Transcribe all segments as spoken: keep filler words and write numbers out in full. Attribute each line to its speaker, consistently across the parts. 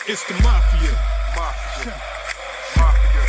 Speaker 1: It's the mafia. Mafia. Mafia.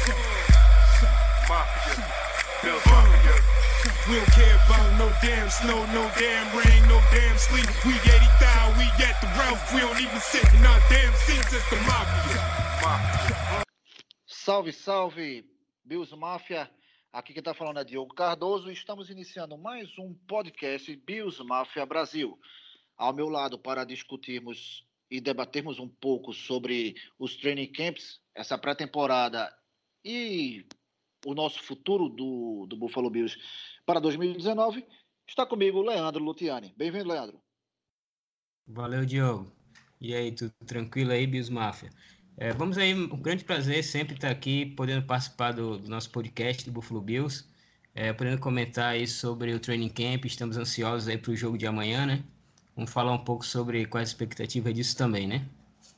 Speaker 1: Mafia. Bills Mafia. We don't care about no damn snow, no damn rain, no damn sleep. We eighty thousand, we at the Ralph. We don't even sit in our damn seats. It's the mafia. Mafia.
Speaker 2: Salve, salve, Bills Mafia. Aqui quem está falando é Diogo Cardoso e estamos iniciando mais um podcast Bills Mafia Brasil. Ao meu lado para discutirmos e debatermos um pouco sobre os training camps, essa pré-temporada e o nosso futuro do, do Buffalo Bills para dois mil e dezenove, está comigo o Leandro Lutiani. Bem-vindo, Leandro.
Speaker 3: Valeu, Diogo. E aí, tudo tranquilo aí, Bills Mafia? É, vamos aí, um grande prazer sempre estar aqui, podendo participar do, do nosso podcast do Buffalo Bills, é, podendo comentar aí sobre o training camp. Estamos ansiosos aí para o jogo de amanhã, né? Vamos falar um pouco sobre quais as expectativas disso também, né?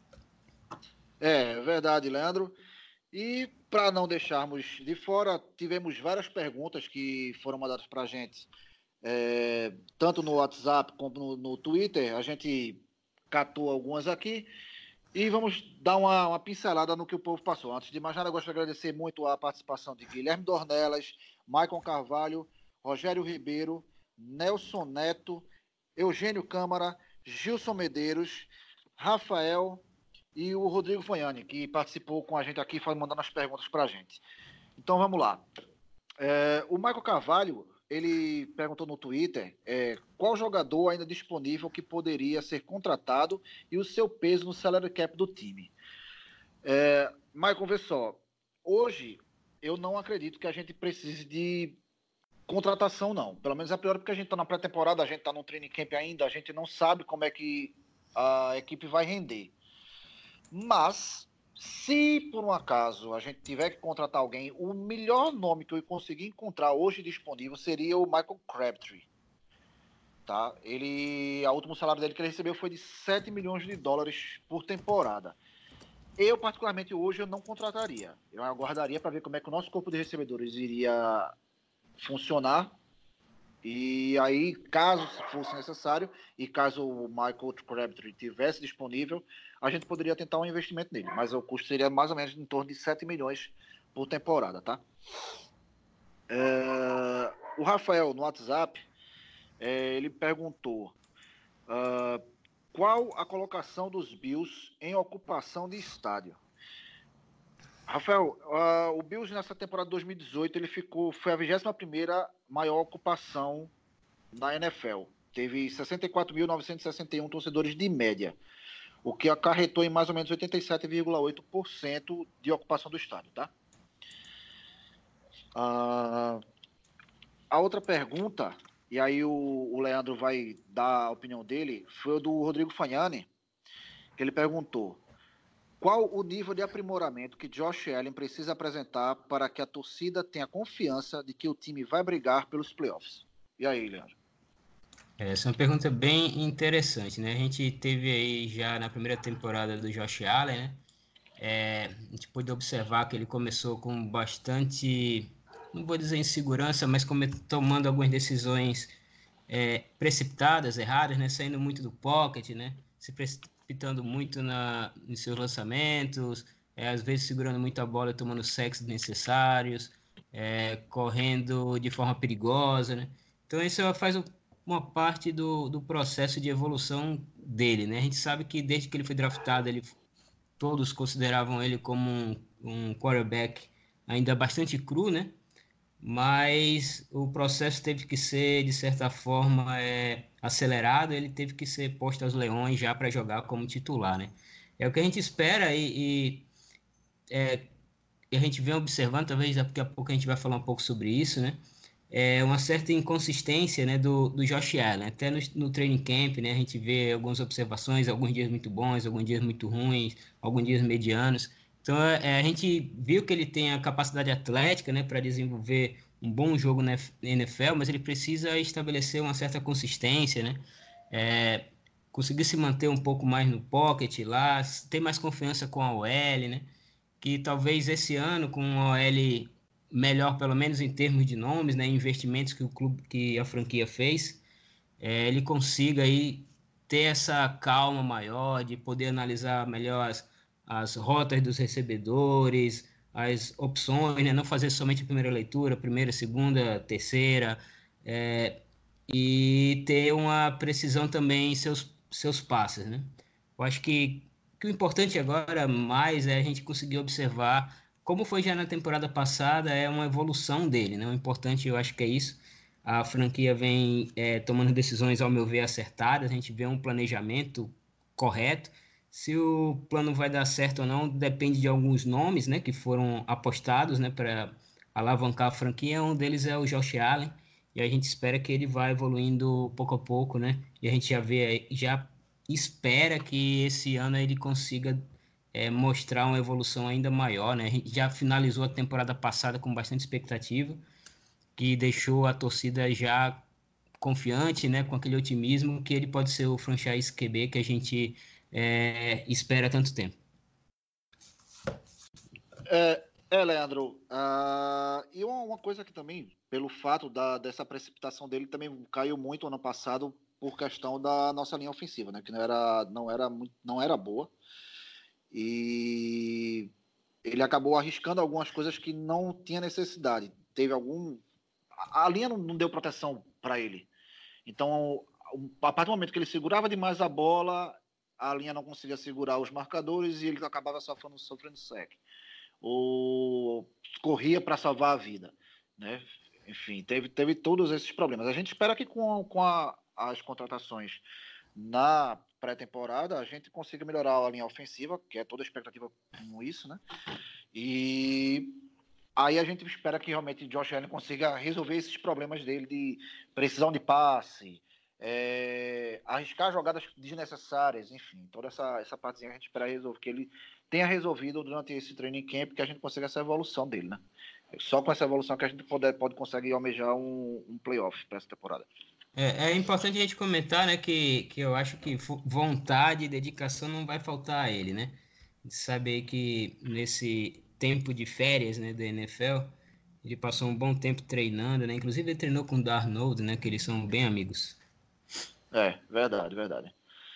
Speaker 2: É verdade, Leandro. E para não deixarmos de fora, tivemos várias perguntas que foram mandadas para a gente, é, tanto no WhatsApp como no, no Twitter. A gente catou algumas aqui e vamos dar uma, uma pincelada no que o povo passou. Antes de mais nada, eu gosto de agradecer muito a participação de Guilherme Dornelas, Maicon Carvalho, Rogério Ribeiro, Nelson Neto, Eugênio Câmara, Gilson Medeiros, Rafael e o Rodrigo Fognani, que participou com a gente aqui, foi mandando as perguntas para a gente. Então vamos lá. É, o Michael Carvalho, ele perguntou no Twitter é, qual jogador ainda disponível que poderia ser contratado e o seu peso no salary cap do time. É, Michael, vê só, hoje eu não acredito que a gente precise de contratação, não. Pelo menos é pior porque a gente está na pré-temporada, a gente está no training camp ainda, a gente não sabe como é que a equipe vai render. Mas, se por um acaso a gente tiver que contratar alguém, o melhor nome que eu consegui encontrar hoje disponível seria o Michael Crabtree. Tá? Ele, a último salário dele que ele recebeu foi de sete milhões de dólares por temporada. Eu, particularmente, hoje eu não contrataria. Eu aguardaria para ver como é que o nosso corpo de recebedores iria funcionar. E aí, caso fosse necessário e caso o Michael Crabtree tivesse disponível, a gente poderia tentar um investimento nele, mas o custo seria mais ou menos em torno de sete milhões por temporada, tá? É... O Rafael, no WhatsApp, é, ele perguntou uh, qual a colocação dos Bills em ocupação de estádio. Rafael, uh, o Bills nessa temporada de dois mil e dezoito ele ficou, foi a vigésima primeira maior ocupação na N F L. Teve sessenta e quatro mil novecentos e sessenta e um torcedores de média, o que acarretou em mais ou menos oitenta e sete vírgula oito por cento de ocupação do estádio, tá? Uh, a outra pergunta, e aí o, o Leandro vai dar a opinião dele, foi o do Rodrigo Fognani, que ele perguntou: qual o nível de aprimoramento que Josh Allen precisa apresentar para que a torcida tenha confiança de que o time vai brigar pelos playoffs? E aí, Leandro?
Speaker 3: Essa é uma pergunta bem interessante, né? A gente teve aí já na primeira temporada do Josh Allen, né? É, a gente pôde observar que ele começou com bastante, não vou dizer insegurança, mas come, tomando algumas decisões é, precipitadas, erradas, né? Saindo muito do pocket, né? Se precipitando muito na, nos seus lançamentos, é, às vezes segurando muito a bola, tomando sacks desnecessários, é, correndo de forma perigosa, né? Então isso faz uma parte do, do processo de evolução dele, né? A gente sabe que desde que ele foi draftado, ele, todos consideravam ele como um, um quarterback ainda bastante cru, né? Mas o processo teve que ser, de certa forma, é, acelerado, ele teve que ser posto aos leões já para jogar como titular, né? É o que a gente espera e, e é, a gente vem observando, talvez daqui a pouco a gente vai falar um pouco sobre isso, né? É uma certa inconsistência, né, do, do Josh Allen. Até no, no training camp, né, a gente vê algumas observações, alguns dias muito bons, alguns dias muito ruins, alguns dias medianos. Então, é, a gente viu que ele tem a capacidade atlética, né, para desenvolver um bom jogo na N F L, mas ele precisa estabelecer uma certa consistência, né, é, conseguir se manter um pouco mais no pocket lá, ter mais confiança com a O L, né, que talvez esse ano, com a O L melhor, pelo menos em termos de nomes, né, investimentos que o clube, que a franquia fez, é, ele consiga aí ter essa calma maior, de poder analisar melhor as, as rotas dos recebedores, as opções, né? Não fazer somente a primeira leitura, primeira, segunda, terceira, é, e ter uma precisão também em seus, seus passes, né? Eu acho que, que o importante agora mais é a gente conseguir observar, como foi já na temporada passada, é uma evolução dele, né? O importante, eu acho que é isso. A franquia vem é, tomando decisões, ao meu ver, acertadas. A gente vê um planejamento correto. Se o plano vai dar certo ou não depende de alguns nomes, né, que foram apostados, né, para alavancar a franquia. Um deles é o Josh Allen, e a gente espera que ele vá evoluindo pouco a pouco, né? E a gente já vê, já espera que esse ano ele consiga é, mostrar uma evolução ainda maior, né? A gente já finalizou a temporada passada com bastante expectativa, que deixou a torcida já confiante, né, com aquele otimismo que ele pode ser o franchise Q B que a gente é, espera há tanto tempo.
Speaker 2: É, é Leandro, uh, e uma, uma coisa que também, pelo fato da, dessa precipitação dele, também caiu muito ano passado por questão da nossa linha ofensiva, né, que não era, não era, muito, não era boa, e ele acabou arriscando algumas coisas que não tinha necessidade. Teve algum... A, a linha não, não deu proteção para ele. Então, a partir do momento que ele segurava demais a bola, a linha não conseguia segurar os marcadores e ele acabava sofrendo, sofrendo sec. Ou corria para salvar a vida, né? Enfim, teve, teve todos esses problemas. A gente espera que com, com a, as contratações na pré-temporada a gente consiga melhorar a linha ofensiva, que é toda a expectativa com isso, né? E aí a gente espera que realmente o Josh Allen consiga resolver esses problemas dele de precisão de passe, é, arriscar jogadas desnecessárias, enfim, toda essa, essa partezinha a gente espera resolver, que ele tenha resolvido durante esse training camp, que a gente consiga essa evolução dele, né? Só com essa evolução que a gente pode, pode conseguir almejar um, um playoff para essa temporada.
Speaker 3: É, é importante a gente comentar, né, que, que eu acho que vontade e dedicação não vai faltar a ele, né? Saber que nesse tempo de férias, né, da N F L, ele passou um bom tempo treinando, né? Inclusive ele treinou com o Darnold, né, que eles são bem amigos.
Speaker 2: É, verdade, verdade.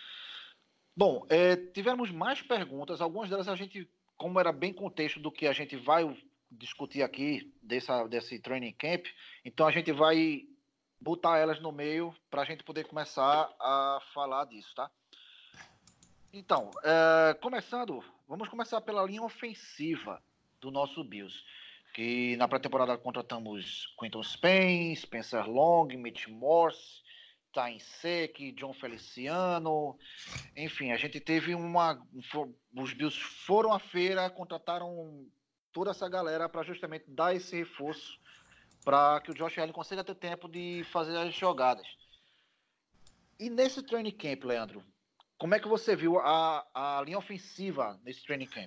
Speaker 2: Bom, é, tivemos mais perguntas, algumas delas a gente, como era bem contexto do que a gente vai discutir aqui, dessa, desse training camp, então a gente vai botar elas no meio para a gente poder começar a falar disso, tá? Então, é, começando, vamos começar pela linha ofensiva do nosso Bills, que na pré-temporada contratamos Quinton Spain, Spencer Long, Mitch Morse, Tyne Sek, John Feliciano, enfim, a gente teve uma... Os Bills foram à feira, contrataram toda essa galera para justamente dar esse reforço para que o Josh Allen consiga ter tempo de fazer as jogadas. E nesse training camp, Leandro, como é que você viu a, a linha ofensiva nesse training camp?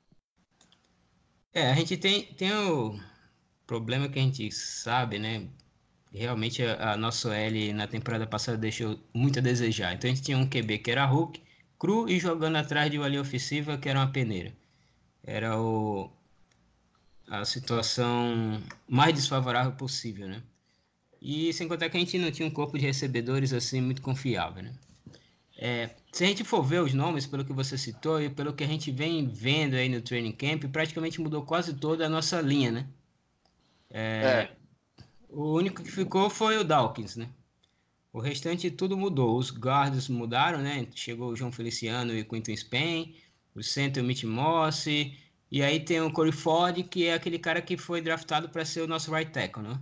Speaker 3: É, a gente tem, tem o problema que a gente sabe, né? Realmente a, a nossa O L na temporada passada deixou muito a desejar. Então a gente tinha um Q B que era Hulk, cru e jogando atrás de uma linha ofensiva que era uma peneira. Era o, a situação mais desfavorável possível, né? E sem contar que a gente não tinha um corpo de recebedores assim muito confiável, né? É, se a gente for ver os nomes, pelo que você citou e pelo que a gente vem vendo aí no training camp, praticamente mudou quase toda a nossa linha, né? É, é. O único que ficou foi o Dawkins, né? O restante tudo mudou. Os guards mudaram, né? Chegou o João Feliciano e o Quinton Spain, o center o Mitch Morse, e aí tem o Corey Ford, que é aquele cara que foi draftado para ser o nosso right tackle, né?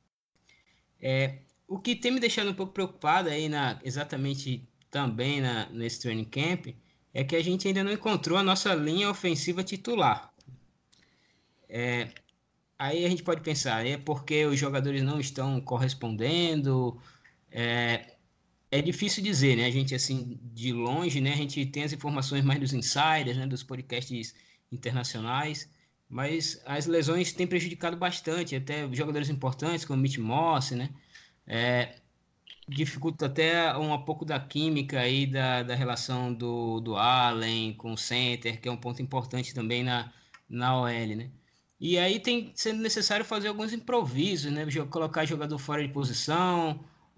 Speaker 3: É, o que tem me deixado um pouco preocupado aí na, exatamente também na, nesse training camp é que a gente ainda não encontrou a nossa linha ofensiva titular. É, aí a gente pode pensar, é porque os jogadores não estão correspondendo, é, é difícil dizer, né? A gente, assim, de longe, né? A gente tem as informações mais dos insiders, né? Dos podcasts internacionais, mas as lesões têm prejudicado bastante, até jogadores importantes como Mitch Morse, né? É, dificulta até um, um pouco da química aí da, da relação do, do Allen com o center, que é um ponto importante também na, na O L, né? E aí tem sendo necessário fazer alguns improvisos, né? Colocar jogador fora de posição,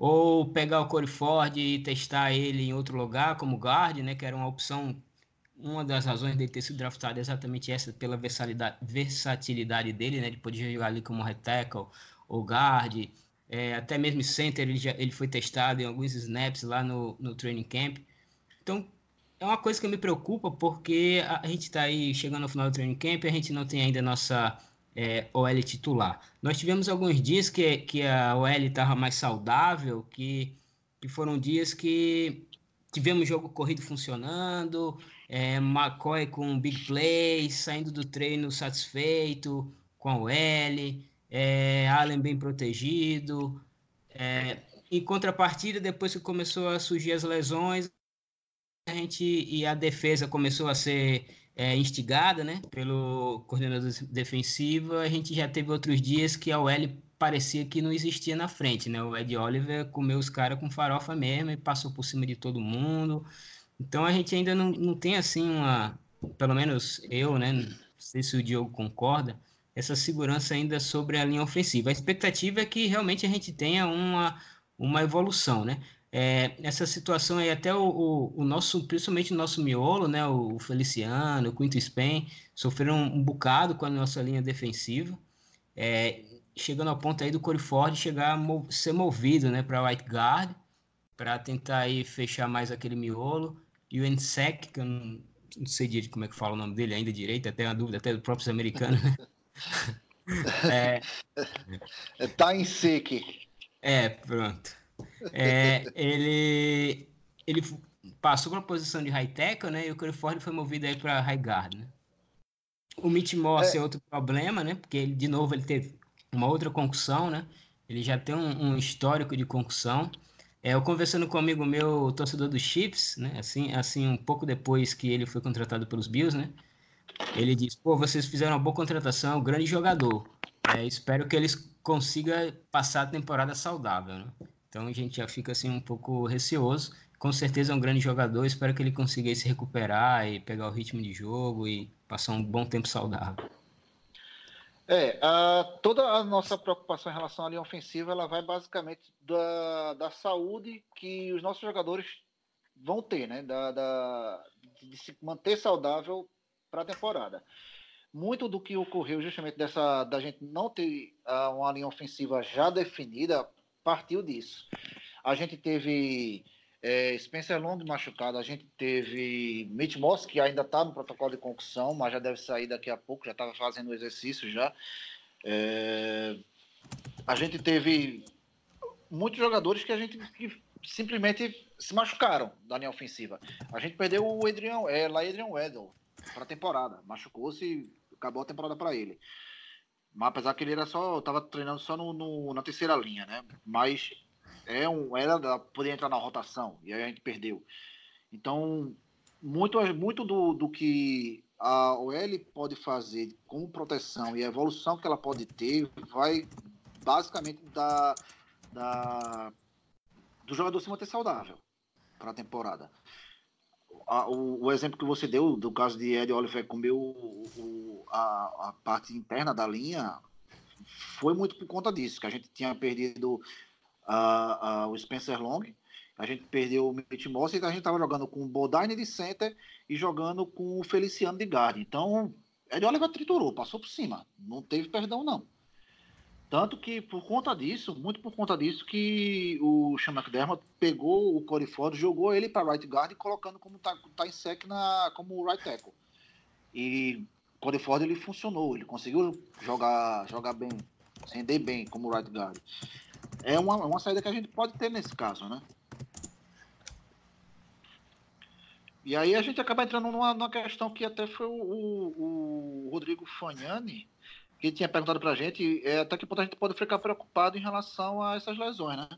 Speaker 3: ou pegar o Corey Ford e testar ele em outro lugar como guard, né, que era uma opção, uma das razões dele ter sido draftado é exatamente essa, pela versatilidade, versatilidade dele, né, de poder jogar ali como right tackle ou guard, é, até mesmo center, ele, já, ele foi testado em alguns snaps lá no, no training camp. Então, é uma coisa que me preocupa, porque a, a gente está aí chegando ao final do training camp e a gente não tem ainda a nossa é, O L titular. Nós tivemos alguns dias que, que a O L estava mais saudável, que, que foram dias que tivemos jogo corrido funcionando, é, McCoy com big plays, saindo do treino satisfeito com a O L, é, Allen bem protegido. É, em contrapartida, depois que começou a surgir as lesões, a gente e a defesa começou a ser é, instigada, né, pelo coordenador defensivo, a gente já teve outros dias que a O L parecia que não existia na frente, né? O Ed Oliver comeu os caras com farofa mesmo e passou por cima de todo mundo. Então a gente ainda não, não tem assim uma, pelo menos eu, né, não sei se o Diogo concorda, essa segurança ainda sobre a linha ofensiva. A expectativa é que realmente a gente tenha uma, uma evolução, né? É, essa situação aí, até o, o, o nosso, principalmente o nosso miolo, né, o Feliciano, o Quinto Spain, sofreram um, um bocado com a nossa linha defensiva, é, chegando ao ponto aí do Corey Ford chegar a mo ser movido, né, para right guard, para tentar aí fechar mais aquele miolo, e o Ensek, que eu não, não sei direito como é que fala o nome dele ainda direito, até uma dúvida até dos próprios americanos, né?
Speaker 2: é, é, tá em seque.
Speaker 3: É, pronto. É, ele, ele passou para a posição de high tackle, né? E o Corey Ford foi movido aí para high guard, né? O Mitch Morse é. é outro problema, né? Porque ele, de novo, ele teve uma outra concussão, né? Ele já tem um, um histórico de concussão. É, eu conversando com um amigo meu, torcedor dos Chiefs, né? Assim, assim, um pouco depois que ele foi contratado pelos Bills, né? Ele disse, pô, vocês fizeram uma boa contratação, um grande jogador. É, espero que eles consigam passar a temporada saudável, né? Então a gente já fica assim um pouco receoso. Com certeza é um grande jogador, espero que ele consiga se recuperar e pegar o ritmo de jogo e passar um bom tempo saudável.
Speaker 2: É, a, toda a nossa preocupação em relação à linha ofensiva, ela vai basicamente da, da saúde que os nossos jogadores vão ter, né? Da, da, de se manter saudável para a temporada. Muito do que ocorreu justamente dessa, da gente não ter uh, uma linha ofensiva já definida partiu disso. A gente teve é, Spencer Long machucado, a gente teve Mitch Morse, que ainda está no protocolo de concussão, mas já deve sair daqui a pouco, já estava fazendo o exercício já. É, a gente teve muitos jogadores que a gente que simplesmente se machucaram da linha ofensiva. A gente perdeu o Adrian, é, lá Adrian Weddle para a temporada, machucou-se e acabou a temporada para ele. Mas apesar que ele era só, estava treinando só no, no, na terceira linha, né? Mas é um, era podia entrar na rotação e aí a gente perdeu. Então, muito, muito do, do que a O L pode fazer como proteção e a evolução que ela pode ter vai basicamente da, da do jogador se manter saudável para a temporada. A, o, o exemplo que você deu do caso de Ed Oliver comer o, o, a, a parte interna da linha foi muito por conta disso, que a gente tinha perdido a, a, o Spencer Long, a gente perdeu o Mitch Morse e a gente estava jogando com o Bodine de center e jogando com o Feliciano de guard. Então, Ed Oliver triturou, passou por cima, não teve perdão não. Tanto que, por conta disso, muito por conta disso, que o Sean McDermott pegou o Corey Ford, jogou ele para right guard, colocando como tá, tá em sec na, como right tackle. E o Corey Ford, ele funcionou, ele conseguiu jogar, jogar bem, render bem como right guard. É uma, uma saída que a gente pode ter nesse caso, né? E aí a gente acaba entrando numa, numa questão que até foi o, o, o Rodrigo Fagnani que tinha perguntado pra gente, é, até que ponto a gente pode ficar preocupado em relação a essas lesões, né?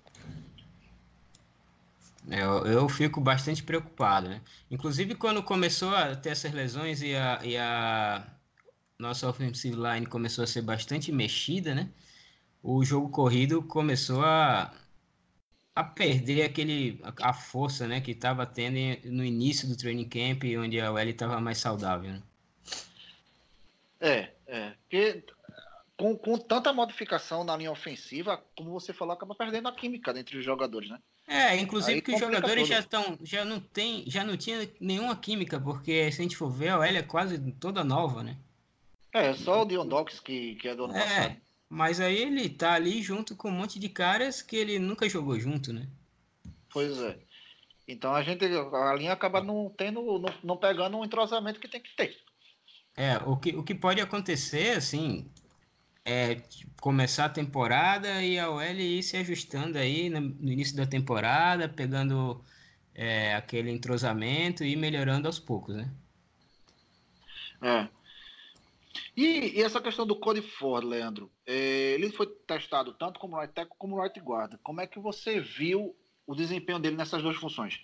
Speaker 3: Eu, eu fico bastante preocupado, né? Inclusive, quando começou a ter essas lesões e a, e a nossa offensive line começou a ser bastante mexida, né? O jogo corrido começou a, a perder aquele, a, a força, né, que estava tendo no início do training camp, onde a O L estava mais saudável, né?
Speaker 2: É, é. Porque com, com tanta modificação na linha ofensiva, como você falou, acaba perdendo a química entre os jogadores, né?
Speaker 3: É, inclusive
Speaker 2: Aí
Speaker 3: que os
Speaker 2: complica
Speaker 3: jogadores
Speaker 2: tudo.
Speaker 3: já estão, já não tem, já não tinha nenhuma química, porque se a gente for ver, a O L é quase toda nova, né?
Speaker 2: É, só o Dion Dawkins, que, que é do ano passado.
Speaker 3: É, mas aí ele tá ali junto com um monte de caras que ele nunca jogou junto, né?
Speaker 2: Pois é. Então a gente, a linha acaba não tendo, não, não pegando um entrosamento que tem que ter.
Speaker 3: É, o que, o que pode acontecer, assim, é tipo, começar a temporada e a O L ir se ajustando aí no, no início da temporada, pegando é, aquele entrosamento e melhorando aos poucos, né?
Speaker 2: É. E, e essa questão do Cody Ford, Leandro, é, ele foi testado tanto como right tackle como right guard. Como é que você viu o desempenho dele nessas duas funções?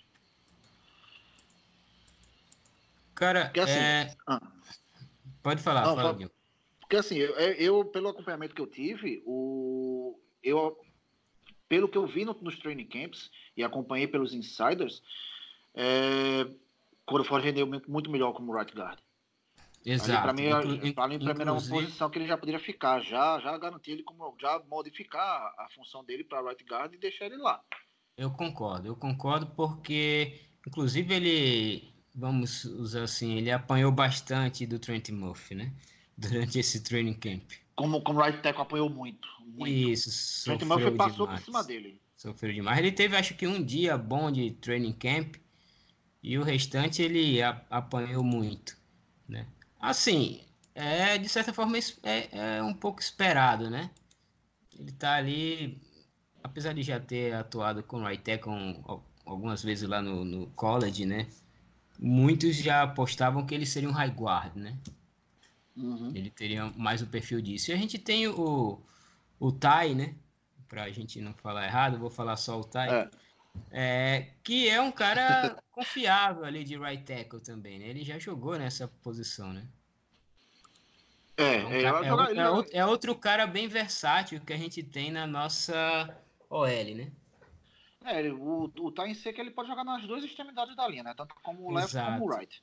Speaker 3: Cara,
Speaker 2: Porque assim,
Speaker 3: é...
Speaker 2: ah,
Speaker 3: pode falar,
Speaker 2: não,
Speaker 3: fala,
Speaker 2: fa-
Speaker 3: Gil.
Speaker 2: porque assim, eu, eu, pelo acompanhamento que eu tive, o, eu, pelo que eu vi no, nos training camps e acompanhei pelos insiders, é, Cody Ford rendeu muito, muito melhor como right guard. Ali para
Speaker 3: Exato.
Speaker 2: mim,
Speaker 3: Inclu- in-
Speaker 2: ali para mim era uma
Speaker 3: inclusive,
Speaker 2: posição que ele já poderia ficar, já, já garantir ele como já modificar a função dele para right guard e deixar ele lá.
Speaker 3: eu concordo. Eu concordo porque, inclusive, ele, vamos usar assim, ele apanhou bastante do Trent Murphy, né? Durante esse training camp.
Speaker 2: Como como right tackle apoiou muito, muito.
Speaker 3: Isso,
Speaker 2: Trent Murphy
Speaker 3: sofreu
Speaker 2: passou por cima
Speaker 3: demais.
Speaker 2: dele.
Speaker 3: Sofreu demais. Ele teve, acho que, um dia bom de training camp e o restante ele a- apanhou muito, né? Assim, é, de certa forma, es- é, é um pouco esperado, né? Ele tá ali, apesar de já ter atuado com o right tackle al- algumas vezes lá no, no college, né? Muitos já apostavam que ele seria um high guard, né?
Speaker 2: Uhum.
Speaker 3: Ele teria mais o perfil disso. E a gente tem o, o Ty, né? Pra gente não falar errado, vou falar só o Ty.
Speaker 2: É,
Speaker 3: É, que é um cara confiável ali de right tackle também, né? Ele já jogou nessa posição, né?
Speaker 2: é,
Speaker 3: É, um
Speaker 2: é,
Speaker 3: cara,
Speaker 2: ele
Speaker 3: é,
Speaker 2: joga,
Speaker 3: o-
Speaker 2: ele
Speaker 3: é,
Speaker 2: joga,
Speaker 3: outro, é outro cara bem versátil que a gente tem na nossa O L, né?
Speaker 2: é, ele, o, o Ty em si que ele pode jogar nas duas extremidades da linha, né? Tanto como o left como o
Speaker 3: Exato.
Speaker 2: right.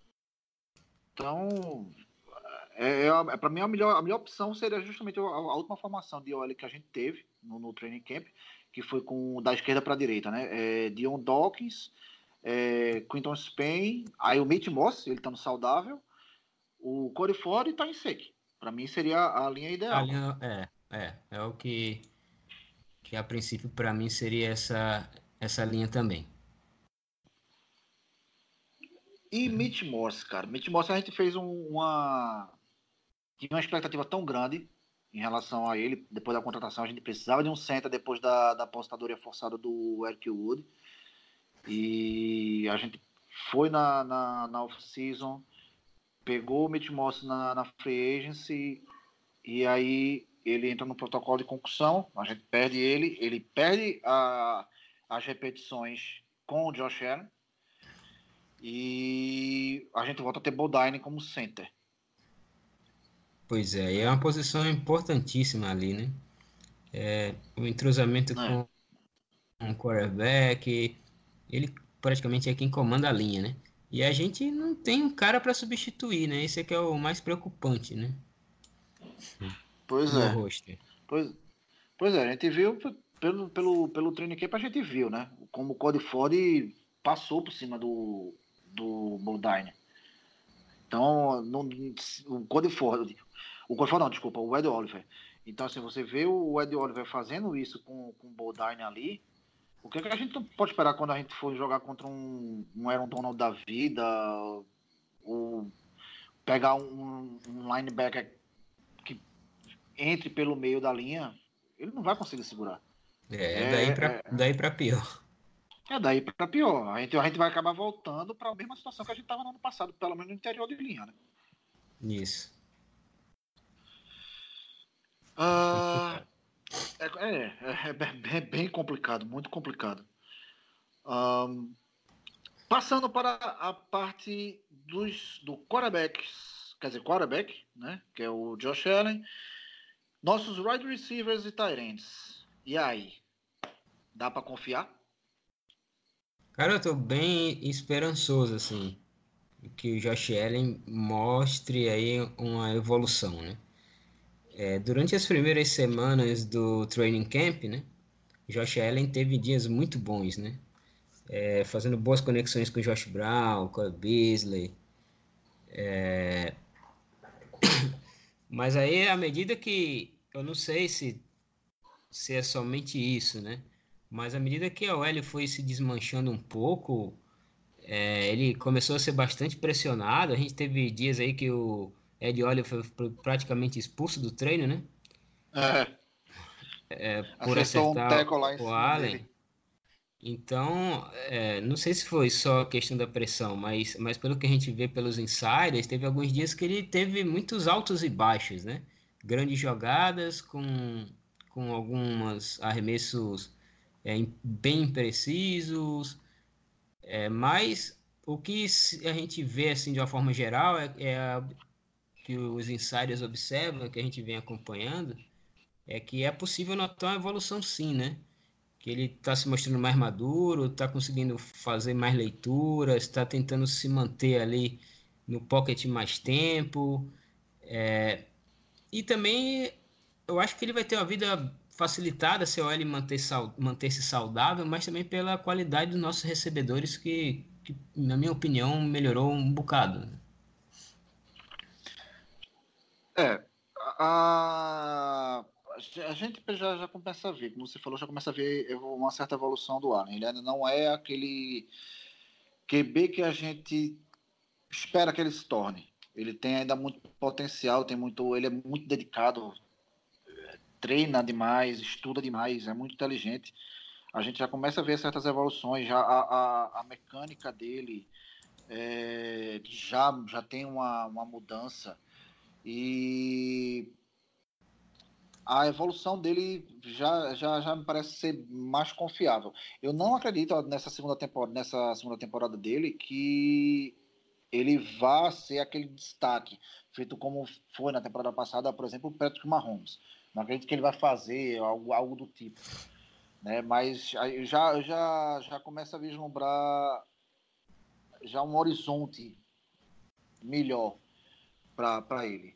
Speaker 2: Então, é, é, é para mim a melhor, a melhor opção seria justamente a, a última formação de O L que a gente teve no, no training camp, que foi com da esquerda para a direita, né? É, Dion Dawkins, é, Quinton Spain, aí o Mitch Moss, ele estando saudável, o Corey Ford e Tyne Sek. Para mim seria a linha
Speaker 3: A
Speaker 2: ideal.
Speaker 3: linha, é, é, é o que, que a princípio para mim seria essa, essa linha também.
Speaker 2: E Mitch Morse, cara. Mitch Morse a gente fez um, uma. Tinha uma expectativa tão grande em relação a ele, depois da contratação. A gente precisava de um center depois da, da apostadoria forçada do Eric Wood. E a gente foi na, na, na off-season, pegou o Mitch Morse na, na free agency, e aí ele entra no protocolo de concussão. A gente perde ele, ele perde a, as repetições com o Josh Allen. E a gente volta a ter Bodine como center.
Speaker 3: Pois é, e é uma posição importantíssima ali, né? É, o entrosamento
Speaker 2: É.
Speaker 3: com o quarterback, ele praticamente é quem comanda a linha, né? E a gente não tem um cara para substituir, né? Esse é que é o mais preocupante, né?
Speaker 2: Pois
Speaker 3: No
Speaker 2: é.
Speaker 3: roster.
Speaker 2: Pois, pois é, a gente viu pelo, pelo, pelo training camp, a gente viu, né? Como o Cody Ford passou por cima do, do Bodine. Então, não, o Cody Ford, o Cody Ford não, desculpa, o Ed Oliver. Então, assim, você vê o Ed Oliver fazendo isso com, com o Bodine ali, o que, é que a gente pode esperar quando a gente for jogar contra um, um Aaron Donald da vida, ou pegar um, um linebacker que entre pelo meio da linha, ele não vai conseguir segurar.
Speaker 3: É, é daí
Speaker 2: É,
Speaker 3: para
Speaker 2: é,
Speaker 3: daí para pior.
Speaker 2: é daí para pior. A gente, a gente vai acabar voltando para a mesma situação que a gente estava no ano passado, pelo menos no interior de linha, né?
Speaker 3: Isso.
Speaker 2: Ah, é, é, é, bem, é bem complicado, muito complicado. Um, passando para a parte dos do quarterbacks, quer dizer, quarterback, né? Que é o Josh Allen. Nossos wide receivers e tight ends. E aí? Dá para confiar?
Speaker 3: Cara, eu tô bem esperançoso, assim, que o Josh Allen mostre aí uma evolução, né? É, durante as primeiras semanas do training camp, né, Josh Allen teve dias muito bons, né? É, fazendo boas conexões com Josh Brown, com a Beasley. É, mas aí, à medida que, eu não sei se, se é somente isso, né? Mas à medida que a O L foi se desmanchando um pouco, é, ele começou a ser bastante pressionado. A gente teve dias aí que o Ed Oliver foi praticamente expulso do treino, né?
Speaker 2: É,
Speaker 3: Por
Speaker 2: acertou um
Speaker 3: acertar
Speaker 2: teco lá em
Speaker 3: o
Speaker 2: cima
Speaker 3: Allen.
Speaker 2: dele.
Speaker 3: Então, é, não sei se foi só a questão da pressão, mas, mas pelo que a gente vê pelos insiders, teve alguns dias que ele teve muitos altos e baixos, né? Grandes jogadas com, com alguns arremessos é, im- bem imprecisos, é, mas o que se- a gente vê assim de uma forma geral é, é a- que os insiders observam, que a gente vem acompanhando, é que é possível notar uma evolução sim, né? Que ele está se mostrando mais maduro, está conseguindo fazer mais leituras, está tentando se manter ali no pocket mais tempo. É, e também eu acho que ele vai ter uma vida facilitada se o L manter sal, manter-se saudável, mas também pela qualidade dos nossos recebedores, que, que, na minha opinião, melhorou um bocado.
Speaker 2: É, a, a gente já, já começa a ver, como você falou, já começa a ver uma certa evolução do Allen. Ele ainda não é aquele Q B que a gente espera que ele se torne. Ele tem ainda muito potencial, tem muito, ele é muito dedicado, treina demais, estuda demais, é muito inteligente. A gente já começa a ver certas evoluções, já a, a, a mecânica dele é, já, já tem uma, uma mudança e a evolução dele já, já, já me parece ser mais confiável. Eu não acredito nessa segunda temporada, nessa segunda temporada dele que ele vá ser aquele destaque, feito como foi na temporada passada, por exemplo, o Patrick Mahomes. Não acredito que ele vai fazer algo, algo do tipo, né? Mas eu já, eu já, já começa a vislumbrar já um horizonte melhor para ele.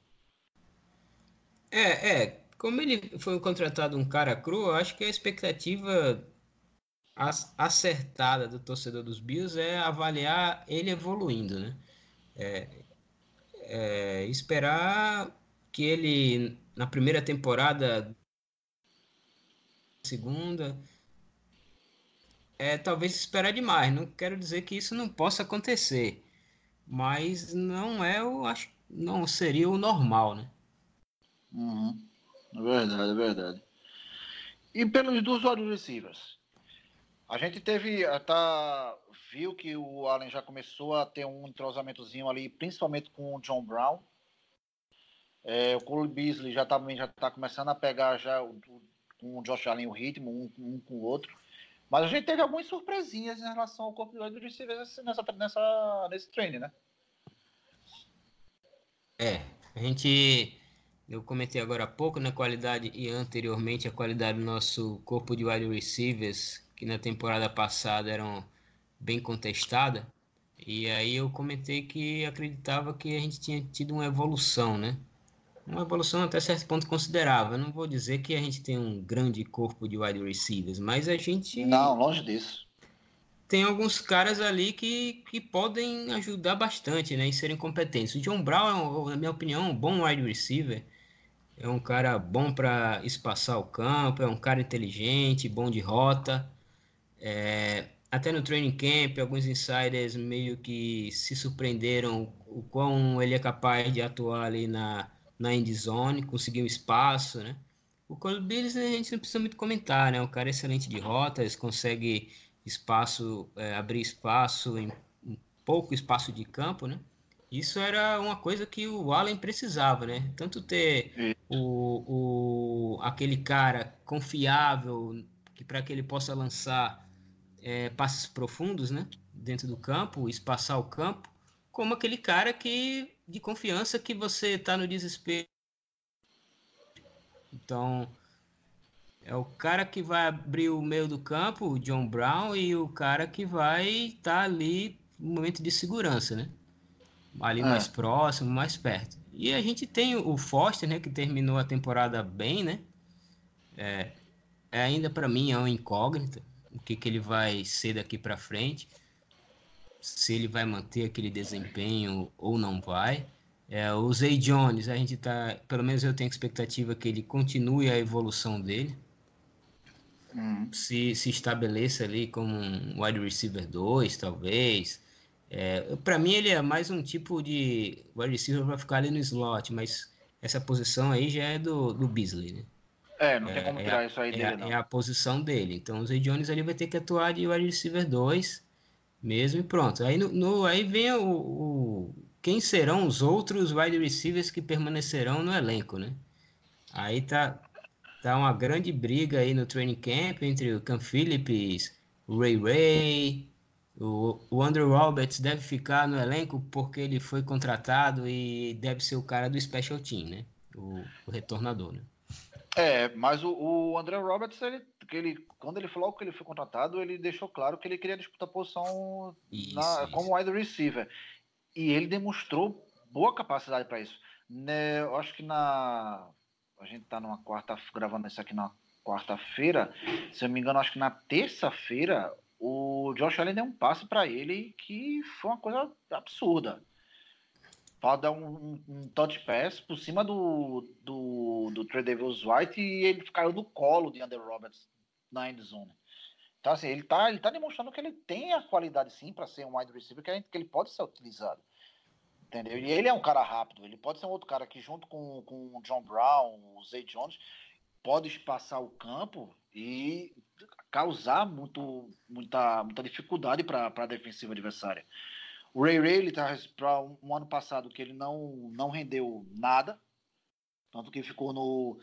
Speaker 3: É, é, como ele foi contratado um cara cru, eu acho que a expectativa as- acertada do torcedor dos Bills é avaliar ele evoluindo, né? É esperar que ele, na primeira temporada, segunda, é talvez esperar demais. Não quero dizer que isso não possa acontecer, mas não é o, acho, não seria o normal, né?
Speaker 2: Uhum. É verdade, é verdade. E pelos dos wide receivers, a gente teve, tá, viu que o Allen já começou a ter um entrosamentozinho ali, principalmente com o John Brown. É, o Cole Beasley já também já está começando a pegar já o, o, com o Josh Allen o ritmo, um, um com o outro. Mas a gente teve algumas surpresinhas em relação ao corpo de wide receivers nessa, nessa, nesse treino, né?
Speaker 3: É, a gente, eu comentei agora há pouco na qualidade e anteriormente a qualidade do nosso corpo de wide receivers, que na temporada passada eram bem contestada. E aí eu comentei que acreditava que a gente tinha tido uma evolução, né? Uma evolução até certo ponto considerável. Eu não vou dizer que a gente tem um grande corpo de wide receivers, mas a
Speaker 2: Não,
Speaker 3: gente
Speaker 2: longe disso.
Speaker 3: tem alguns caras ali que, que podem ajudar bastante, né, em serem competentes. O John Brown, é um, na minha opinião, um bom wide receiver. É um cara bom para espaçar o campo, é um cara inteligente, bom de rota. É, até no training camp, alguns insiders meio que se surpreenderam o quão ele é capaz de atuar ali na, na end zone, conseguir um espaço, né? O Cole Bills, né, a gente não precisa muito comentar, né? Um cara excelente de rotas, consegue espaço, é, abrir espaço em, em pouco espaço de campo, né? Isso era uma coisa que o Allen precisava, né? Tanto ter
Speaker 2: E,
Speaker 3: o, o, aquele cara confiável que para que ele possa lançar é, passes profundos, né, dentro do campo, espaçar o campo, como aquele cara que de confiança que você está no desespero. Então, é o cara que vai abrir o meio do campo, o John Brown, e o cara que vai estar tá ali no momento de segurança, né? Ali mais
Speaker 2: é,
Speaker 3: próximo, mais perto. E a gente tem o Foster, né, que terminou a temporada bem, né? É, é ainda para mim é uma incógnita o que, que ele vai ser daqui para frente, se ele vai manter aquele desempenho ou não vai. É, o Zay Jones, a gente tá, pelo menos eu tenho expectativa que ele continue a evolução dele,
Speaker 2: Uhum.
Speaker 3: se, se estabeleça ali como um wide receiver dois, talvez. É, para mim ele é mais um tipo de wide receiver para ficar ali no slot, mas essa posição aí já é do, do Beasley, né?
Speaker 2: É, não tem como
Speaker 3: É, é, a,
Speaker 2: tirar isso aí
Speaker 3: é,
Speaker 2: dele,
Speaker 3: a, é
Speaker 2: não.
Speaker 3: a posição dele. Então o Zay Jones ali vai ter que atuar de wide receiver dois mesmo e pronto. Aí, no, no- aí vem o, o- quem serão os outros wide receivers que permanecerão no elenco, né? Aí tá, tá uma grande briga aí no training camp entre o Cam Phillips, o Ray Ray, o, o Andrew Roberts deve ficar no elenco porque ele foi contratado e deve ser o cara do special team, né? O, o retornador, né?
Speaker 2: É, mas o, o André Roberts, ele, que ele, quando ele falou que ele foi contratado, ele deixou claro que ele queria disputar posição
Speaker 3: Isso,
Speaker 2: na,
Speaker 3: isso.
Speaker 2: como wide receiver. E ele demonstrou boa capacidade para isso. Né, eu acho que na. A gente tá numa quarta, gravando isso aqui na quarta-feira. Se eu não me engano, acho que na terça-feira o Josh Allen deu um passe para ele que foi uma coisa absurda. Pode dar um, um, um touch pass por cima do, do, do Trey Davis White e ele caiu no colo de Andrew Roberts na end zone. Então, assim, ele tá, ele tá demonstrando que ele tem a qualidade sim para ser um wide receiver, que, que ele pode ser utilizado. Entendeu? E ele é um cara rápido, ele pode ser um outro cara que, junto com, com o John Brown, o Zay Jones, pode espaçar o campo e causar muito, muita, muita dificuldade para a defensiva adversária. O Ray Ray, ele tá para um, um ano passado que ele não, não rendeu nada, tanto que ficou no.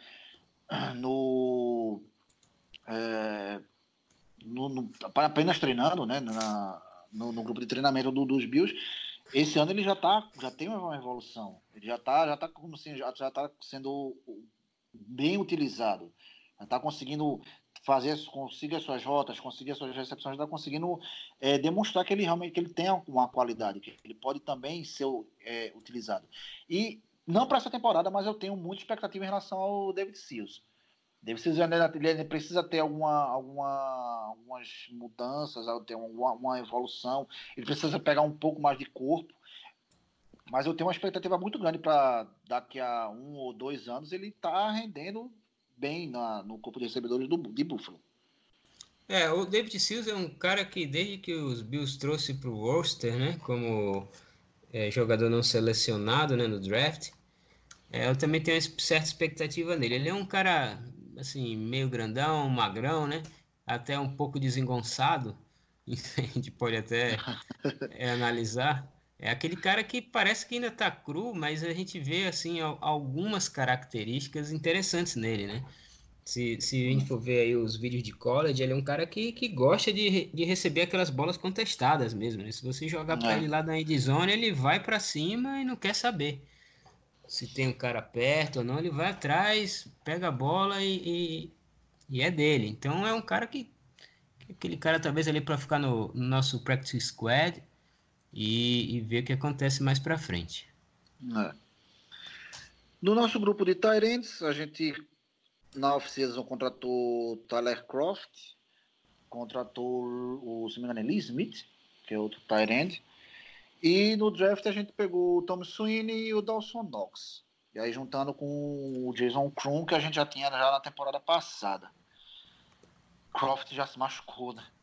Speaker 2: no, é, no, no apenas treinando, né, na, no, no grupo de treinamento do, dos Bills. Esse ano ele já tá, já tem uma evolução. Ele já tá, já tá como assim, já, já tá sendo bem utilizado. Já tá conseguindo fazer, conseguir as suas rotas, conseguir as suas recepções, está conseguindo é, demonstrar que ele realmente que ele tem uma qualidade, que ele pode também ser é, utilizado. E não para essa temporada, mas eu tenho muita expectativa em relação ao David Sills. David Sills ele precisa ter alguma, alguma, algumas mudanças, ter uma, uma evolução. Ele precisa pegar um pouco mais de corpo. Mas eu tenho uma expectativa muito grande para daqui a um ou dois anos ele tá rendendo bem na, no corpo de recebedores do, de Buffalo.
Speaker 3: É, o David Sills é um cara que desde que os Bills trouxe para o roster, né, como é, jogador não selecionado, né, no draft, é, eu também tenho uma certa expectativa nele. Ele é um cara assim meio grandão, magrão, né, até um pouco desengonçado. A gente pode até é, analisar. É aquele cara que parece que ainda tá cru, mas a gente vê assim al- algumas características interessantes nele, né? Se, se a gente for ver aí os vídeos de college, ele é um cara que, que gosta de, re- de receber aquelas bolas contestadas mesmo, né? Se você jogar para
Speaker 2: É,
Speaker 3: ele lá da endzone, ele vai para cima e não quer saber se tem um cara perto ou não, ele vai atrás, pega a bola e, e, e é dele. Então é um cara que, que aquele cara talvez ali para ficar no, no nosso practice squad e, e ver o que acontece mais para frente.
Speaker 2: é. No nosso grupo de tight ends, a gente na off-season contratou Tyler Croft, contratou o, se não me engano, Lee Smith, que é outro tight end. E no draft a gente pegou o Tom Sweeney e o Dawson Knox. E aí juntando com o Jason Kroon, que a gente já tinha já na temporada passada. Croft já se machucou, né?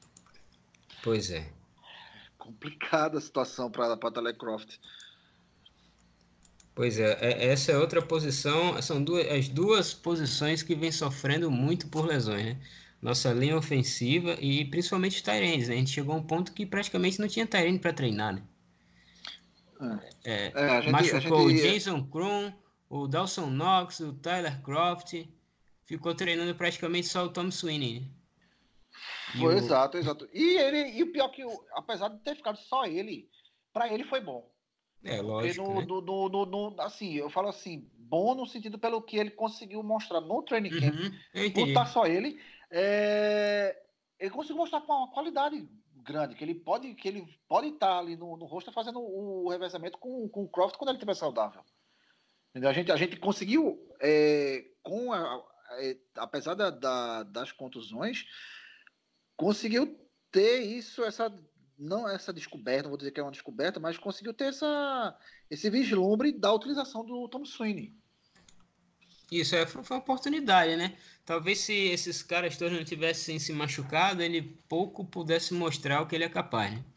Speaker 3: Pois é.
Speaker 2: Complicada a situação para Tyler Croft.
Speaker 3: Pois é, é- essa é outra posição, são duas, as duas posições que vem sofrendo muito por lesões, né? Nossa linha ofensiva e principalmente os tight ends, né? A gente chegou a um ponto que praticamente não tinha tight end para treinar, né?
Speaker 2: É, a gente, a
Speaker 3: Machucou o
Speaker 2: gente
Speaker 3: Jason Kroon, o Dawson Knox, o Tyler Croft, ficou treinando praticamente só o Tom Sweeney, né? E
Speaker 2: foi
Speaker 3: o...
Speaker 2: exato, exato. E ele, e o pior que, apesar de ter ficado só ele, para ele foi bom.
Speaker 3: É,
Speaker 2: Porque
Speaker 3: lógico,
Speaker 2: no,
Speaker 3: né?
Speaker 2: no, no, no, no- assim, eu falo assim, bom no sentido pelo que ele conseguiu mostrar no training camp,
Speaker 3: Uhum, eu
Speaker 2: por estar
Speaker 3: entendi.
Speaker 2: só ele, é, ele conseguiu mostrar com uma qualidade grande, que ele pode que ele pode estar ali no, no rosto fazendo o revezamento com, com o Croft quando ele estiver saudável. A gente, a gente conseguiu, é, com a, é, apesar da, da, das contusões, conseguiu ter isso, essa não essa descoberta, não vou dizer que é uma descoberta, mas conseguiu ter essa, esse vislumbre da utilização do Tom Sweeney.
Speaker 3: Isso é, foi uma oportunidade, né? Talvez se esses caras todos não tivessem se machucado, ele pouco pudesse mostrar o que ele é capaz, né?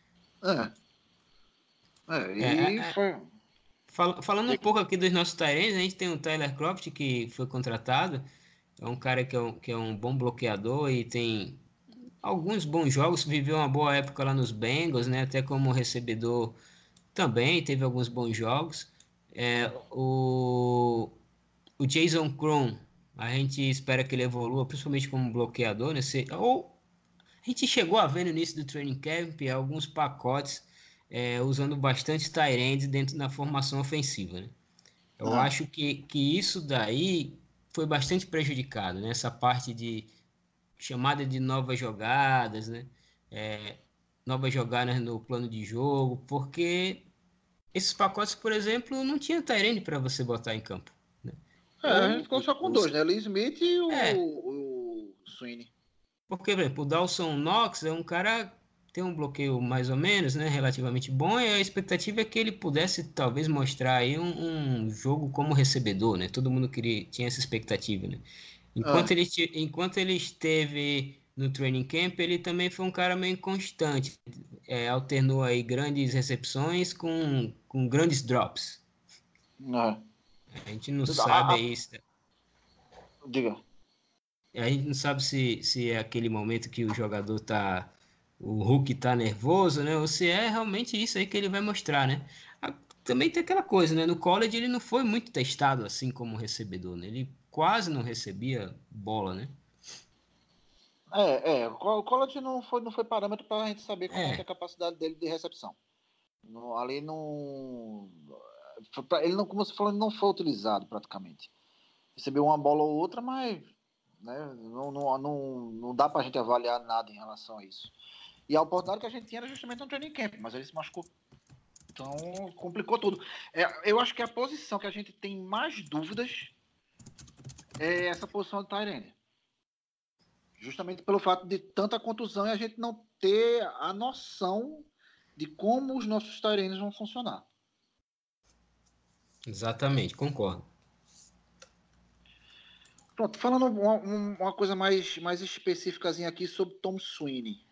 Speaker 2: É. É,
Speaker 3: É, é,
Speaker 2: e
Speaker 3: é,
Speaker 2: foi.
Speaker 3: fal- falando um pouco aqui dos nossos Tyrants, a gente tem o Tyler Croft, que foi contratado. É um cara que é um, que é um bom bloqueador e tem alguns bons jogos. Viveu uma boa época lá nos Bengals, né? Até como recebedor também teve alguns bons jogos. É, o, o Jason Cron, a gente espera que ele evolua, principalmente como bloqueador, né? Se, ou a gente chegou a ver no início do training camp alguns pacotes é, usando bastante tight ends dentro da formação ofensiva, né? Eu
Speaker 2: Ah,
Speaker 3: acho que, que isso daí foi bastante prejudicado, né? Essa parte de chamada de novas jogadas, né? É, novas jogadas no plano de jogo, porque esses pacotes, por exemplo, não tinha tight end para você botar em campo, né?
Speaker 2: é, a gente
Speaker 3: Ou,
Speaker 2: ficou só com
Speaker 3: ou
Speaker 2: dois, né? Lee Smith e o,
Speaker 3: é,
Speaker 2: o Sweeney.
Speaker 3: porque, por exemplo, o Dawson Knox é um cara que tem um bloqueio mais ou menos, né, relativamente bom, e a expectativa é que ele pudesse talvez mostrar aí um, um jogo como recebedor, né? Todo mundo queria, tinha essa expectativa, né? Enquanto
Speaker 2: É,
Speaker 3: ele, ti- enquanto ele esteve no training camp, ele também foi um cara meio inconstante. É, alternou aí grandes recepções com, com grandes drops.
Speaker 2: é.
Speaker 3: A gente não
Speaker 2: A-
Speaker 3: sabe
Speaker 2: a-
Speaker 3: aí, se-
Speaker 2: diga.
Speaker 3: a gente não sabe se, se é aquele momento que o jogador tá, o Hulk tá nervoso, né? Ou se é realmente isso aí que ele vai mostrar, né? A- Também tem aquela coisa, né? No college ele não foi muito testado assim como recebedor, né? Ele quase não recebia bola, né?
Speaker 2: É, é, o college não foi, não foi parâmetro para a gente saber como é que é
Speaker 3: É,
Speaker 2: a capacidade dele de recepção. No, ali não. foi pra- Ele não, como você falou, ele não foi utilizado praticamente. Recebeu uma bola ou outra, mas né, não, não, não, não dá para a gente avaliar nada em relação a isso. E a oportunidade que a gente tinha era justamente no training camp, mas ele se machucou. Então complicou tudo. É, eu acho que a posição que a gente tem mais dúvidas é essa posição de tight end. Justamente pelo fato de tanta contusão e a gente não ter a noção de como os nossos tight ends vão funcionar.
Speaker 3: exatamente, concordo.
Speaker 2: Pronto, falando uma, uma coisa mais, mais específica aqui sobre Tom Sweeney.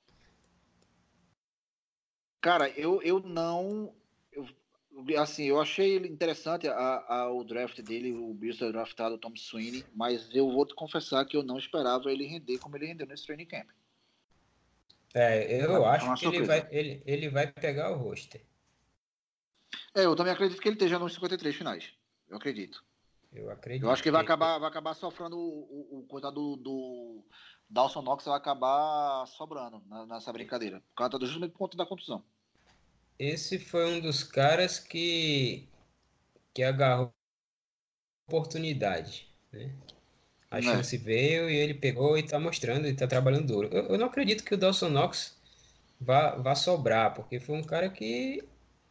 Speaker 2: Cara, eu, eu não. Eu, assim, eu achei ele interessante a, a, o draft dele, o Bills ter draftado o Tom Sweeney, mas eu vou te confessar que eu não esperava ele render como ele rendeu nesse training camp.
Speaker 3: É,
Speaker 2: Pra
Speaker 3: eu
Speaker 2: mim foi
Speaker 3: acho
Speaker 2: uma
Speaker 3: que ele vai,
Speaker 2: surpresa.
Speaker 3: ele, ele vai pegar o roster.
Speaker 2: É, eu também acredito que ele esteja nos cinquenta e três finais. Eu acredito.
Speaker 3: Eu
Speaker 2: Eu acho
Speaker 3: acredito
Speaker 2: que vai
Speaker 3: que
Speaker 2: acabar, vai acabar sofrendo o, o, o coitado do, do Dawson Knox vai acabar sobrando na- nessa brincadeira. Por causa, justamente por conta da contusão.
Speaker 3: esse foi um dos caras que, que agarrou a oportunidade, né? A
Speaker 2: Né?
Speaker 3: chance veio e ele pegou e está mostrando e está trabalhando duro. Eu, eu não acredito que o Dawson Knox vá, vá sobrar, porque foi um cara que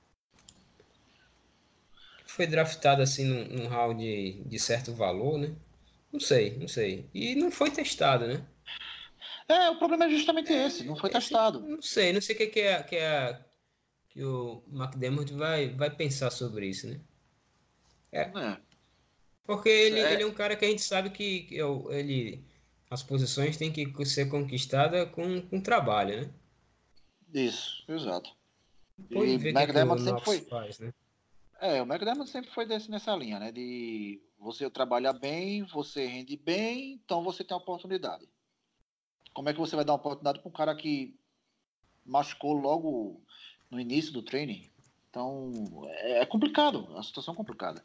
Speaker 3: foi draftado assim num, num round de, de certo valor, né? Não sei, não sei. E não foi testado, né?
Speaker 2: É, o problema é justamente esse, não foi
Speaker 3: Esse,
Speaker 2: testado.
Speaker 3: não sei, não sei o que, que é, que é que o McDermott vai, vai pensar sobre isso, né? É,
Speaker 2: É,
Speaker 3: porque ele, ele é
Speaker 2: é
Speaker 3: um cara que a gente sabe que, que é o- ele, as posições têm que ser conquistadas com, com trabalho, né?
Speaker 2: isso, exato.
Speaker 3: Pode
Speaker 2: E
Speaker 3: ver o que, que o
Speaker 2: McDermott sempre
Speaker 3: Knox
Speaker 2: foi.
Speaker 3: faz, né?
Speaker 2: É, o McDermott sempre foi desse, nessa linha, né? De você trabalha bem, você rende bem, então você tem a oportunidade. Como é que você vai dar uma oportunidade para um cara que machucou logo no início do training? Então, é, é complicado, é uma situação complicada.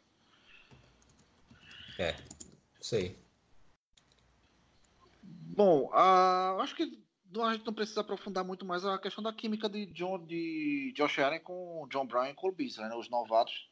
Speaker 3: É, sei.
Speaker 2: Bom, ah, acho que não- a gente não precisa aprofundar muito mais a questão da química de, John, de Josh Allen com John Brown e Cole Beasley, né? Os novatos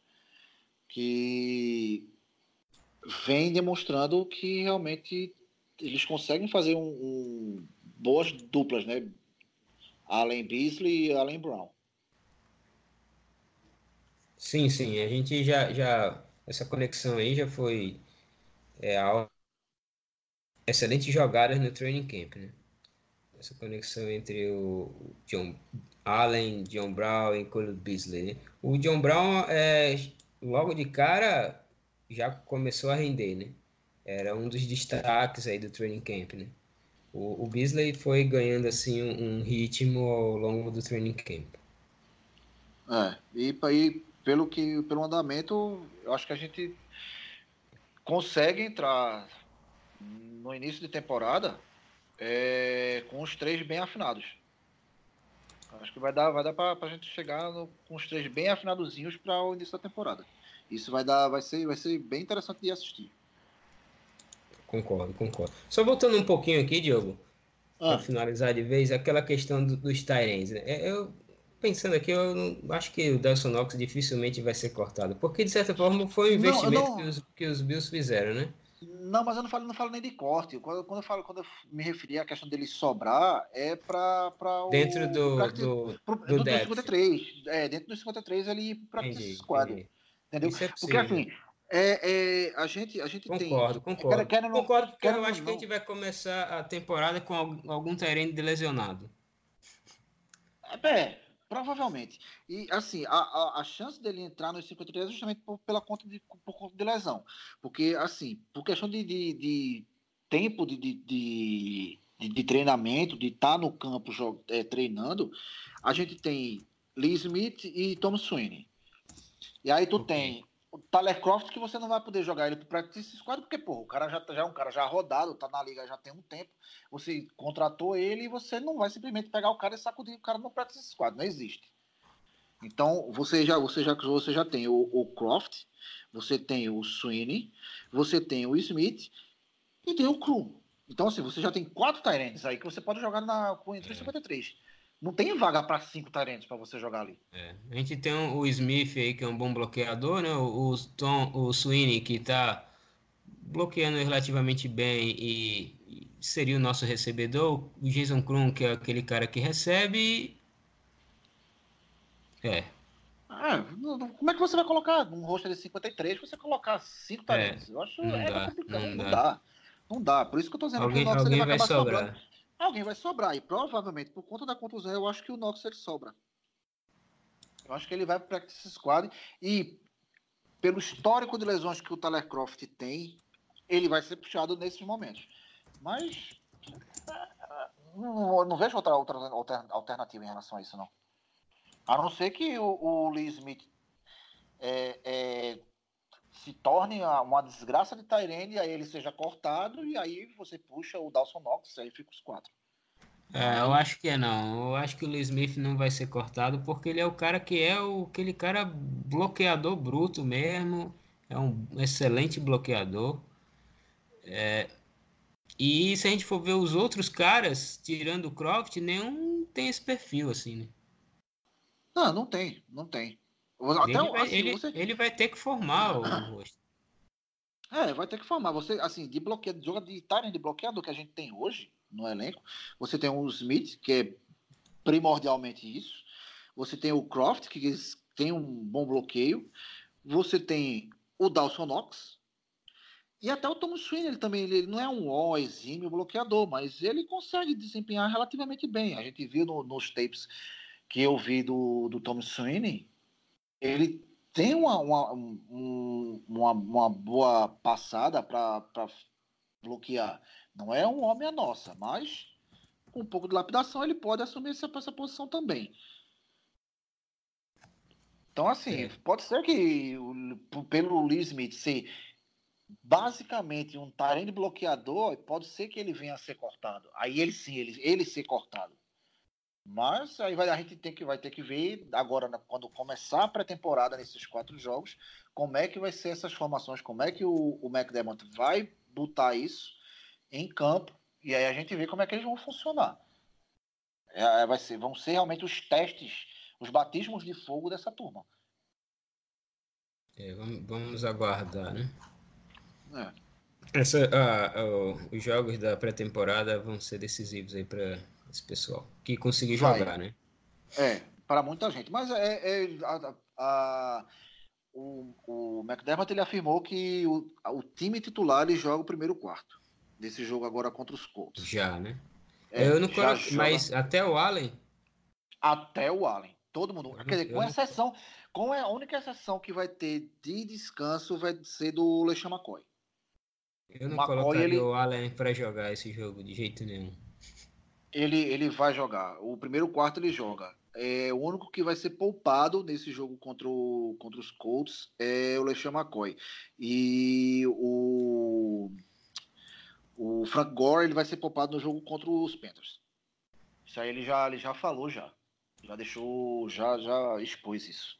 Speaker 2: que vêm demonstrando que realmente eles conseguem fazer um, um- boas duplas, né? Allen Beasley e Allen Brown.
Speaker 3: Sim, sim, a gente já, já essa conexão aí já foi é, a- excelentes jogadas no training camp, né? Essa conexão entre o John Allen, John Brown e Cole Beasley, né? O John Brown, é, logo de cara, já começou a render, né? Era um dos destaques aí do training camp, né? O, o Beasley foi ganhando assim um, um ritmo ao longo do training camp.
Speaker 2: É, e aí, pelo que, pelo andamento, eu acho que a gente consegue entrar no início de temporada é, com os três bem afinados. Acho que vai dar, vai dar para a gente chegar no, com os três bem afinadozinhos para o início da temporada. Isso vai dar, vai ser, vai ser bem interessante de assistir.
Speaker 3: Concordo, concordo. Só voltando um pouquinho aqui, Diogo, para
Speaker 2: Ah,
Speaker 3: finalizar de vez, aquela questão do, dos Tyrants, né? É, Eu, pensando aqui, eu não, acho que o Dawson Knox dificilmente vai ser cortado, porque de certa forma foi um
Speaker 2: não, eu
Speaker 3: investimento que
Speaker 2: não,
Speaker 3: os, que os Bills fizeram, né?
Speaker 2: não, mas eu não falo, não falo nem de corte. Quando, quando eu falo, quando eu me referi à questão dele sobrar, é para
Speaker 3: Dentro
Speaker 2: o, o
Speaker 3: do,
Speaker 2: practice,
Speaker 3: do,
Speaker 2: pro,
Speaker 3: do
Speaker 2: do, do
Speaker 3: depth.
Speaker 2: cinquenta e três. É, dentro do cinquenta e três ele ir pro practice
Speaker 3: Entendi,
Speaker 2: squad.
Speaker 3: entendi.
Speaker 2: Entendeu?
Speaker 3: Isso é
Speaker 2: Porque
Speaker 3: possível.
Speaker 2: assim, é, é, a, gente, a gente tem.
Speaker 3: Concordo,
Speaker 2: Quer,
Speaker 3: concordo.
Speaker 2: quer, não,
Speaker 3: Concordo porque
Speaker 2: quer
Speaker 3: eu
Speaker 2: não,
Speaker 3: acho que a gente
Speaker 2: não.
Speaker 3: vai começar a temporada com algum, algum Tyrant de lesionado.
Speaker 2: É, provavelmente. E assim, a, a, a chance dele entrar nos cinquenta e três é justamente por, pela conta de, por conta de lesão. Porque, assim, por questão de, de, de tempo de, de, de, de, de treinamento, de estar no campo é, treinando, a gente tem Lee Smith e Tom Sweeney. E aí tu
Speaker 3: Ok.
Speaker 2: tem o Tyler Croft, que você não vai poder jogar ele pro practice squad, porque, pô, o cara já, já é um cara já rodado, tá na liga já tem um tempo, você contratou ele e você não vai simplesmente pegar o cara e sacudir o cara no practice squad, não existe. Então, você já, você já, você já tem o, o Croft, você tem o Sweeney, você tem o Smith e tem o Krum. Então, assim, você já tem quatro Tyrants aí que você pode jogar na, entre os
Speaker 3: É,
Speaker 2: cinquenta e três. Não tem vaga para cinco Tyrants para você jogar ali.
Speaker 3: é. A gente tem um- o Smith aí, que é um bom bloqueador, né? O, o, Tom, o Sweeney, que tá bloqueando relativamente bem e, e seria o nosso recebedor. O Jason Krum, que é aquele cara que recebe. É,
Speaker 2: Ah, como é que você vai colocar num roster de cinquenta e três você colocar cinco
Speaker 3: é.
Speaker 2: talentos? Eu acho
Speaker 3: Não
Speaker 2: é
Speaker 3: dá,
Speaker 2: complicado, não,
Speaker 3: não
Speaker 2: não
Speaker 3: dá.
Speaker 2: dá. Não dá. Por isso que eu tô dizendo que o
Speaker 3: Alguém,
Speaker 2: Knox ele
Speaker 3: alguém
Speaker 2: vai
Speaker 3: vai
Speaker 2: acabar sobrando.
Speaker 3: sobrar.
Speaker 2: Alguém vai sobrar. E provavelmente, por conta da contusão, eu acho que o Knox ele sobra. Eu acho que ele vai para o practice squad. E pelo histórico de lesões que o Tyler Croft tem, ele vai ser puxado nesses momentos. Mas não, não vejo outra, outra, outra alternativa em relação a isso, não. A não ser que o, o Lee Smith é, é, se torne uma desgraça de Tyrande, aí ele seja cortado, e aí você puxa o Dawson Knox, aí fica os quatro.
Speaker 3: É, eu
Speaker 2: Mas,
Speaker 3: acho que é não. Eu acho que o Lee Smith não vai ser cortado porque ele é o cara que é o, aquele cara bloqueador bruto mesmo. É um excelente bloqueador. E se a gente for ver os outros caras, tirando o Croft, nenhum tem esse perfil assim, né?
Speaker 2: não, não tem, não tem. Até
Speaker 3: Ele vai,
Speaker 2: assim,
Speaker 3: ele,
Speaker 2: você
Speaker 3: ele vai ter que formar o rosto.
Speaker 2: é, vai ter que formar. Você, assim, de bloqueio, de jogo de Tyrande de bloqueador que a gente tem hoje no elenco, você tem o Smith, que é primordialmente isso. Você tem o Croft, que tem um bom bloqueio. Você tem o Dawson Knox, e até o Tom Sweeney, ele também ele não é um ó exímio bloqueador, mas ele consegue desempenhar relativamente bem. A gente viu no, nos tapes que eu vi do, do Tom Sweeney, ele tem uma, uma, um, uma, uma boa passada para bloquear. Não é um homem a nossa, mas com um pouco de lapidação ele pode assumir essa, essa posição também. Então, assim,
Speaker 3: É,
Speaker 2: pode ser que pelo Lee Smith ser basicamente um Tyrande bloqueador, pode ser que ele venha a ser cortado. Aí ele sim, ele, ele ser cortado. Mas aí vai, a gente tem que, vai ter que ver agora, né, quando começar a pré-temporada nesses quatro jogos, como é que vai ser essas formações, como é que o, o McDermott vai botar isso em campo, e aí a gente vê como é que eles vão funcionar. É, vai ser, vão ser realmente os testes, os batismos de fogo dessa turma.
Speaker 3: é, vamos, vamos aguardar, né?
Speaker 2: É.
Speaker 3: Essa, ah, o- os jogos da pré-temporada vão ser decisivos aí para esse pessoal que conseguir
Speaker 2: Vai.
Speaker 3: jogar, né?
Speaker 2: É, para muita gente. Mas é, é a, a, o, o McDermott ele afirmou que o, o time titular ele joga o primeiro quarto desse jogo agora contra os Colts.
Speaker 3: Já, né?
Speaker 2: É,
Speaker 3: Eu não
Speaker 2: já
Speaker 3: coloquei,
Speaker 2: joga
Speaker 3: mas até o Allen,
Speaker 2: até o Allen. Todo mundo.
Speaker 3: eu
Speaker 2: Quer
Speaker 3: não,
Speaker 2: dizer,
Speaker 3: eu
Speaker 2: com
Speaker 3: não,
Speaker 2: exceção. Com a única exceção que vai ter de descanso vai ser do LeSean McCoy.
Speaker 3: eu
Speaker 2: O
Speaker 3: não
Speaker 2: McCoy,
Speaker 3: colocaria
Speaker 2: ele,
Speaker 3: o Allen para jogar esse jogo de jeito nenhum.
Speaker 2: ele, ele vai jogar. O primeiro quarto ele joga. É, o único que vai ser poupado nesse jogo contra, o, contra os Colts é o LeSean McCoy. E o, o Frank Gore ele vai ser poupado no jogo contra os Panthers. Isso aí ele já, ele já falou já. Já deixou, já, já expôs isso.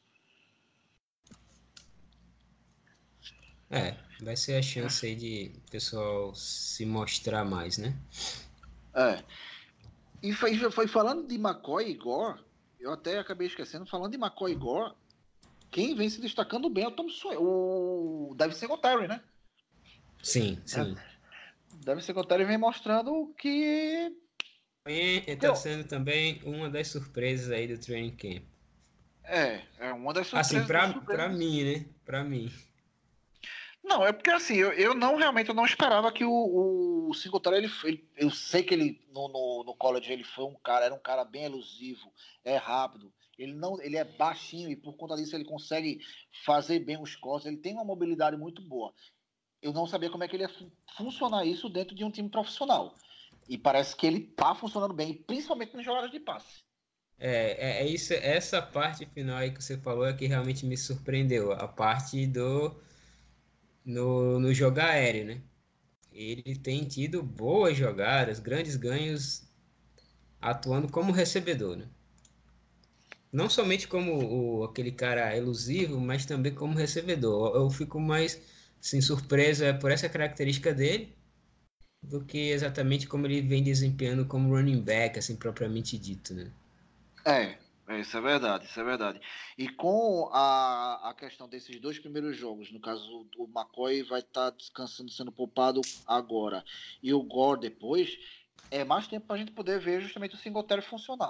Speaker 3: É, vai ser a chance aí de o pessoal se mostrar mais, né?
Speaker 2: É. E foi, foi falando de McCoy e Gore, eu até acabei esquecendo, falando de McCoy e Gore, quem vem se destacando bem é o Tom Sawyer, o David Singletary, né?
Speaker 3: Sim,
Speaker 2: Deve,
Speaker 3: sim.
Speaker 2: David Singletary vem mostrando que...
Speaker 3: E
Speaker 2: que
Speaker 3: está sendo também uma das surpresas aí do training camp.
Speaker 2: é, é uma das
Speaker 3: Assim,
Speaker 2: surpresas das
Speaker 3: pra, pra
Speaker 2: surpresas.
Speaker 3: mim, né? Pra mim.
Speaker 2: Não, é porque assim, eu, eu não realmente eu não esperava que o, o Singletary, ele, ele, eu sei que ele no, no, no college ele foi um cara, era um cara bem elusivo, é rápido, ele não, ele é baixinho e por conta disso ele consegue fazer bem os cortes, ele tem uma mobilidade muito boa. Eu não sabia como é que ele ia fun- funcionar isso dentro de um time profissional. E parece que ele tá funcionando bem, principalmente nas jogadas de passe.
Speaker 3: É, é, é isso, essa parte final aí que você falou é que realmente me surpreendeu. A parte do no, no jogo aéreo, né? Ele tem tido boas jogadas, grandes ganhos atuando como recebedor, né? Não somente como o, aquele cara elusivo, mas também como recebedor. Eu fico mais assim, surpreso é, por essa característica dele do que exatamente como ele vem desempenhando como running back, assim, propriamente dito, né?
Speaker 2: É, é, isso é verdade, isso é verdade. E com a, a questão desses dois primeiros jogos, no caso o McCoy vai estar descansando, sendo poupado agora, e o Gore depois, é mais tempo para a gente poder ver justamente o Singletary funcionar.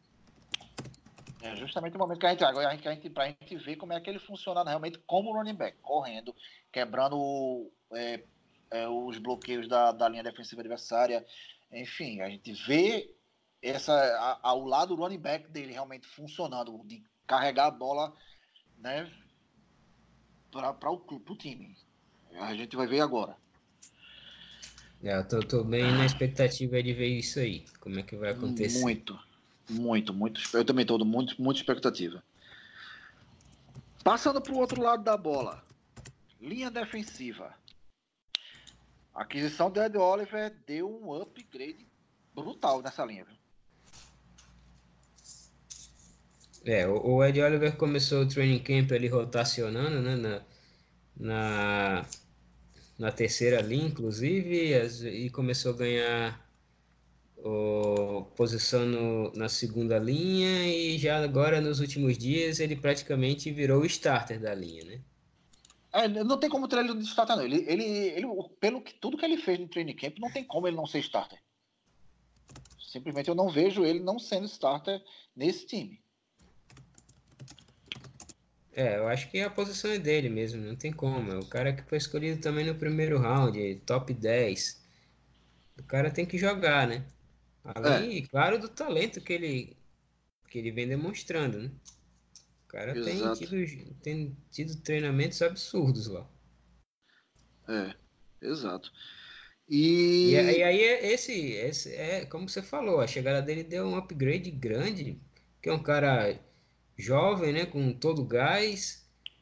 Speaker 2: É justamente o momento que a gente agora a gente, a gente, pra gente ver como é que ele funciona realmente como running back, correndo, quebrando é, é, os bloqueios da, da linha defensiva adversária. Enfim, a gente vê essa, a, ao lado do running back dele realmente funcionando, de carregar a bola, né, para o pro time. A gente vai ver agora.
Speaker 3: É, eu tô, tô bem na expectativa de ver isso aí, como é que vai acontecer.
Speaker 2: Muito, muito, muito. Eu também estou muito, muita expectativa. Passando para o outro lado da bola, linha defensiva. A aquisição do Ed Oliver deu um upgrade brutal nessa linha. Viu?
Speaker 3: É, o, o Ed Oliver começou o training camp ali rotacionando, né, na, na, na terceira linha, inclusive, as- e começou a ganhar o, posição no, na segunda linha e já agora nos últimos dias ele praticamente virou o starter da linha, né?
Speaker 2: É, não tem como ter ele de starter, não. Ele, ele, ele, pelo que tudo que ele fez no training camp, não tem como ele não ser starter. Simplesmente eu não vejo ele não sendo starter nesse time.
Speaker 3: É, eu acho que a posição é dele mesmo, não tem como. É o cara que foi escolhido também no primeiro round, top dez. O cara tem que jogar, né?
Speaker 2: É,
Speaker 3: Além, claro, do talento que ele, que ele vem demonstrando, né? O cara tem
Speaker 2: exato.
Speaker 3: tido, tem tido treinamentos absurdos lá.
Speaker 2: É, exato.
Speaker 3: E, a- e
Speaker 2: E
Speaker 3: aí, é esse, esse é como você falou, a chegada dele deu um upgrade grande, que é um cara jovem, né, com todo o gás,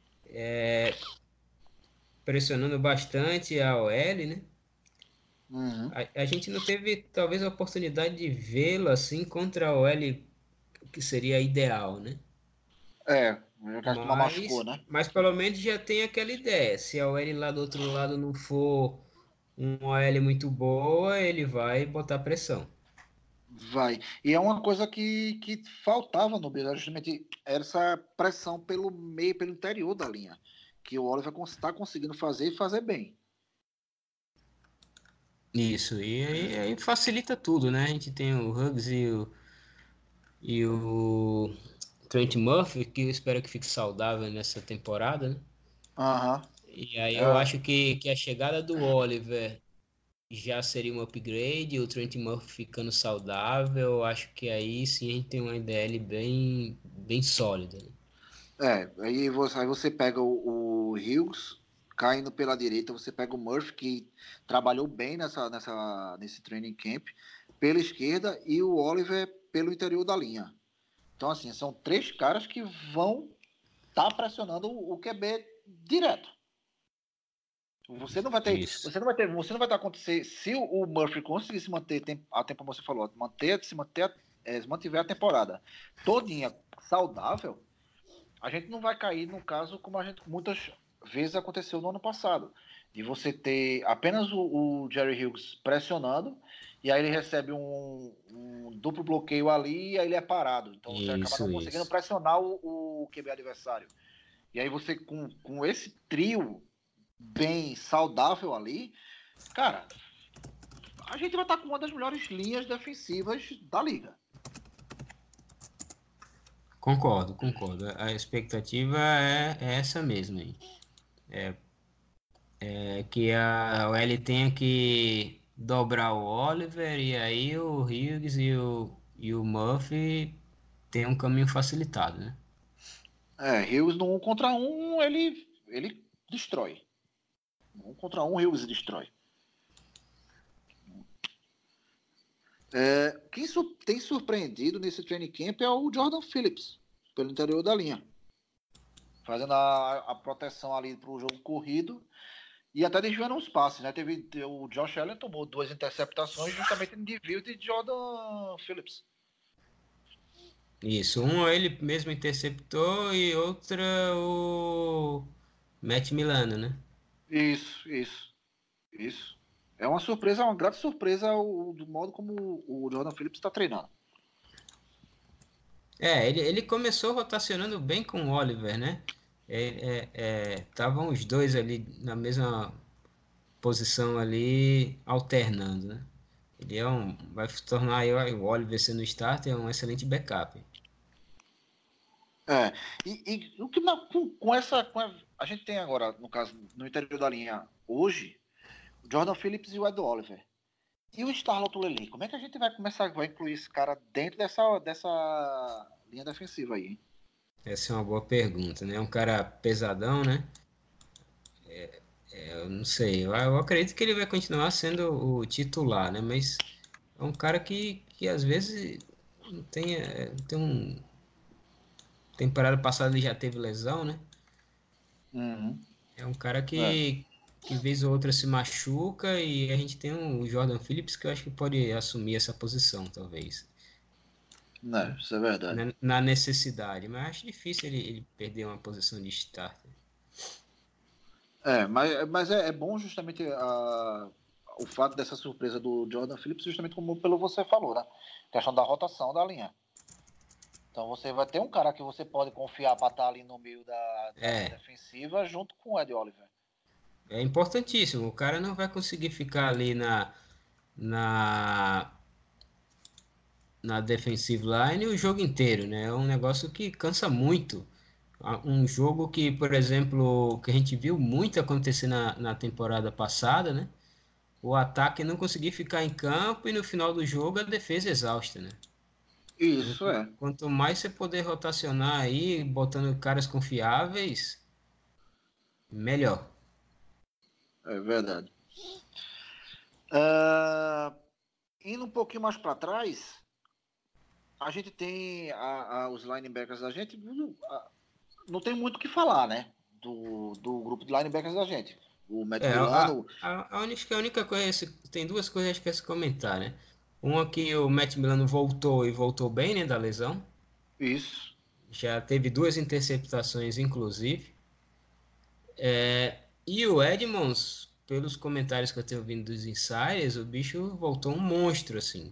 Speaker 3: pressionando bastante a O L, né?
Speaker 2: uhum,
Speaker 3: A, a gente não teve, talvez, a oportunidade de vê-lo assim contra a O L, que seria ideal, né?
Speaker 2: é, o que a turma machucou,
Speaker 3: Mas,
Speaker 2: né?
Speaker 3: mas pelo menos já tem aquela ideia. Se a O L lá do outro lado não for uma O L muito boa, ele vai botar pressão.
Speaker 2: Vai. E é uma coisa que, que faltava no Bills, era justamente essa pressão pelo meio, pelo interior da linha, que o Oliver está conseguindo fazer e fazer bem.
Speaker 3: Isso, e aí, aí facilita tudo, né? A gente tem o Huggs e o, e o Trent Murphy, que eu espero que fique saudável nessa temporada, né?
Speaker 2: Aham.
Speaker 3: E aí eu
Speaker 2: É,
Speaker 3: acho que, que a chegada do Oliver já seria um upgrade, o Trent Murphy ficando saudável, eu acho que aí sim a gente tem uma I D L bem, bem sólida, né?
Speaker 2: é, aí você, aí você pega o, o Hughes caindo pela direita, você pega o Murphy, que trabalhou bem nessa, nessa, nesse training camp, pela esquerda, e o Oliver pelo interior da linha. Então, assim, são três caras que vão estar tá pressionando o, o Q B direto. Você não vai ter,
Speaker 3: Isso.
Speaker 2: você não vai ter, você não vai estar acontecer se o, o Murphy conseguir se manter a tempo como você falou, manter, se manter, é, se mantiver a temporada todinha saudável, a gente não vai cair no caso como a gente muitas vezes aconteceu no ano passado, de você ter apenas o, o Jerry Hughes pressionando e aí ele recebe um, um duplo bloqueio ali e aí ele é parado. Então você acaba não
Speaker 3: Isso,
Speaker 2: conseguindo
Speaker 3: isso.
Speaker 2: pressionar o, o Q B adversário. E aí você com, com esse trio bem saudável ali, cara, a gente vai estar com uma das melhores linhas defensivas da liga.
Speaker 3: Concordo, concordo. A expectativa é, é essa mesmo aí. É, é que a O L tenha que dobrar o Oliver e aí o Hughes e o, e o Murphy tem um caminho facilitado, né?
Speaker 2: É, Hughes no um contra um, ele, ele destrói. Um contra um, Hughes destrói. É, quem su tem surpreendido nesse training camp é o Jordan Phillips, pelo interior da linha. Fazendo a, a proteção ali para o jogo corrido e até desviando os passes, né? Teve, o Josh Allen tomou duas interceptações justamente no desvio de Jordan Phillips.
Speaker 3: Isso, um ele mesmo interceptou e outra o Matt Milano, né?
Speaker 2: Isso, isso, isso. É uma surpresa, uma grande surpresa o, do modo como o, o Jordan Phillips está treinando.
Speaker 3: É, ele, ele começou rotacionando bem com o Oliver, né? É, é, é, estavam os dois ali na mesma posição ali, alternando, né? Ele é um, vai se tornar aí, o Oliver sendo starter, é um excelente backup.
Speaker 2: É, e, e o que na, com, com essa. Com a, a gente tem agora, no caso, no interior da linha hoje, o Jordan Phillips e o Ed Oliver. E o Starlot Lely, como é que a gente vai começar a incluir esse cara dentro dessa, dessa linha defensiva aí, hein?
Speaker 3: Essa é uma boa pergunta, né? É um cara pesadão, né? É, eu não sei, eu, eu acredito que ele vai continuar sendo o titular, né? Mas é um cara que, que às vezes tem, é, tem um. Temporada passada ele já teve lesão, né?
Speaker 2: Uhum.
Speaker 3: É um cara
Speaker 2: É,
Speaker 3: que, que vez ou outra se machuca e a gente tem o Jordan Phillips que eu acho que pode assumir essa posição, talvez,
Speaker 2: né,
Speaker 3: né?
Speaker 2: isso é verdade.
Speaker 3: Na, na necessidade, mas acho difícil ele, ele perder uma posição de starter.
Speaker 2: É, mas, mas é, é bom justamente a, o fato dessa surpresa do Jordan Phillips, justamente como pelo você falou, né? Questão da rotação da linha. Então você vai ter um cara que você pode confiar para estar ali no meio da, da linha
Speaker 3: É,
Speaker 2: defensiva junto com o Ed Oliver.
Speaker 3: é importantíssimo. O cara não vai conseguir ficar ali na, na, na defensive line o jogo inteiro, né? É um negócio que cansa muito. Ah, um jogo que, por exemplo, que a gente viu muito acontecer na, na temporada passada, né? O ataque não conseguir ficar em campo e no final do jogo a defesa exausta, né? Então,
Speaker 2: Isso
Speaker 3: qu-
Speaker 2: é,
Speaker 3: quanto mais você poder rotacionar aí, botando caras confiáveis, melhor.
Speaker 2: é verdade. Uh, indo um pouquinho mais para trás, a gente tem a, a, os linebackers da gente, não, a, não tem muito o que falar, né? Do, do grupo de linebackers da gente. O Matt
Speaker 3: É, a,
Speaker 2: Milano,
Speaker 3: a, a única, a única coisa, tem duas coisas que eu quero comentar, né? Uma que o Matt Milano voltou e voltou bem, né, da lesão.
Speaker 2: isso.
Speaker 3: Já teve duas interceptações, inclusive. É, e o Edmonds, pelos comentários que eu tenho ouvindo dos insiders, o bicho voltou um monstro, assim.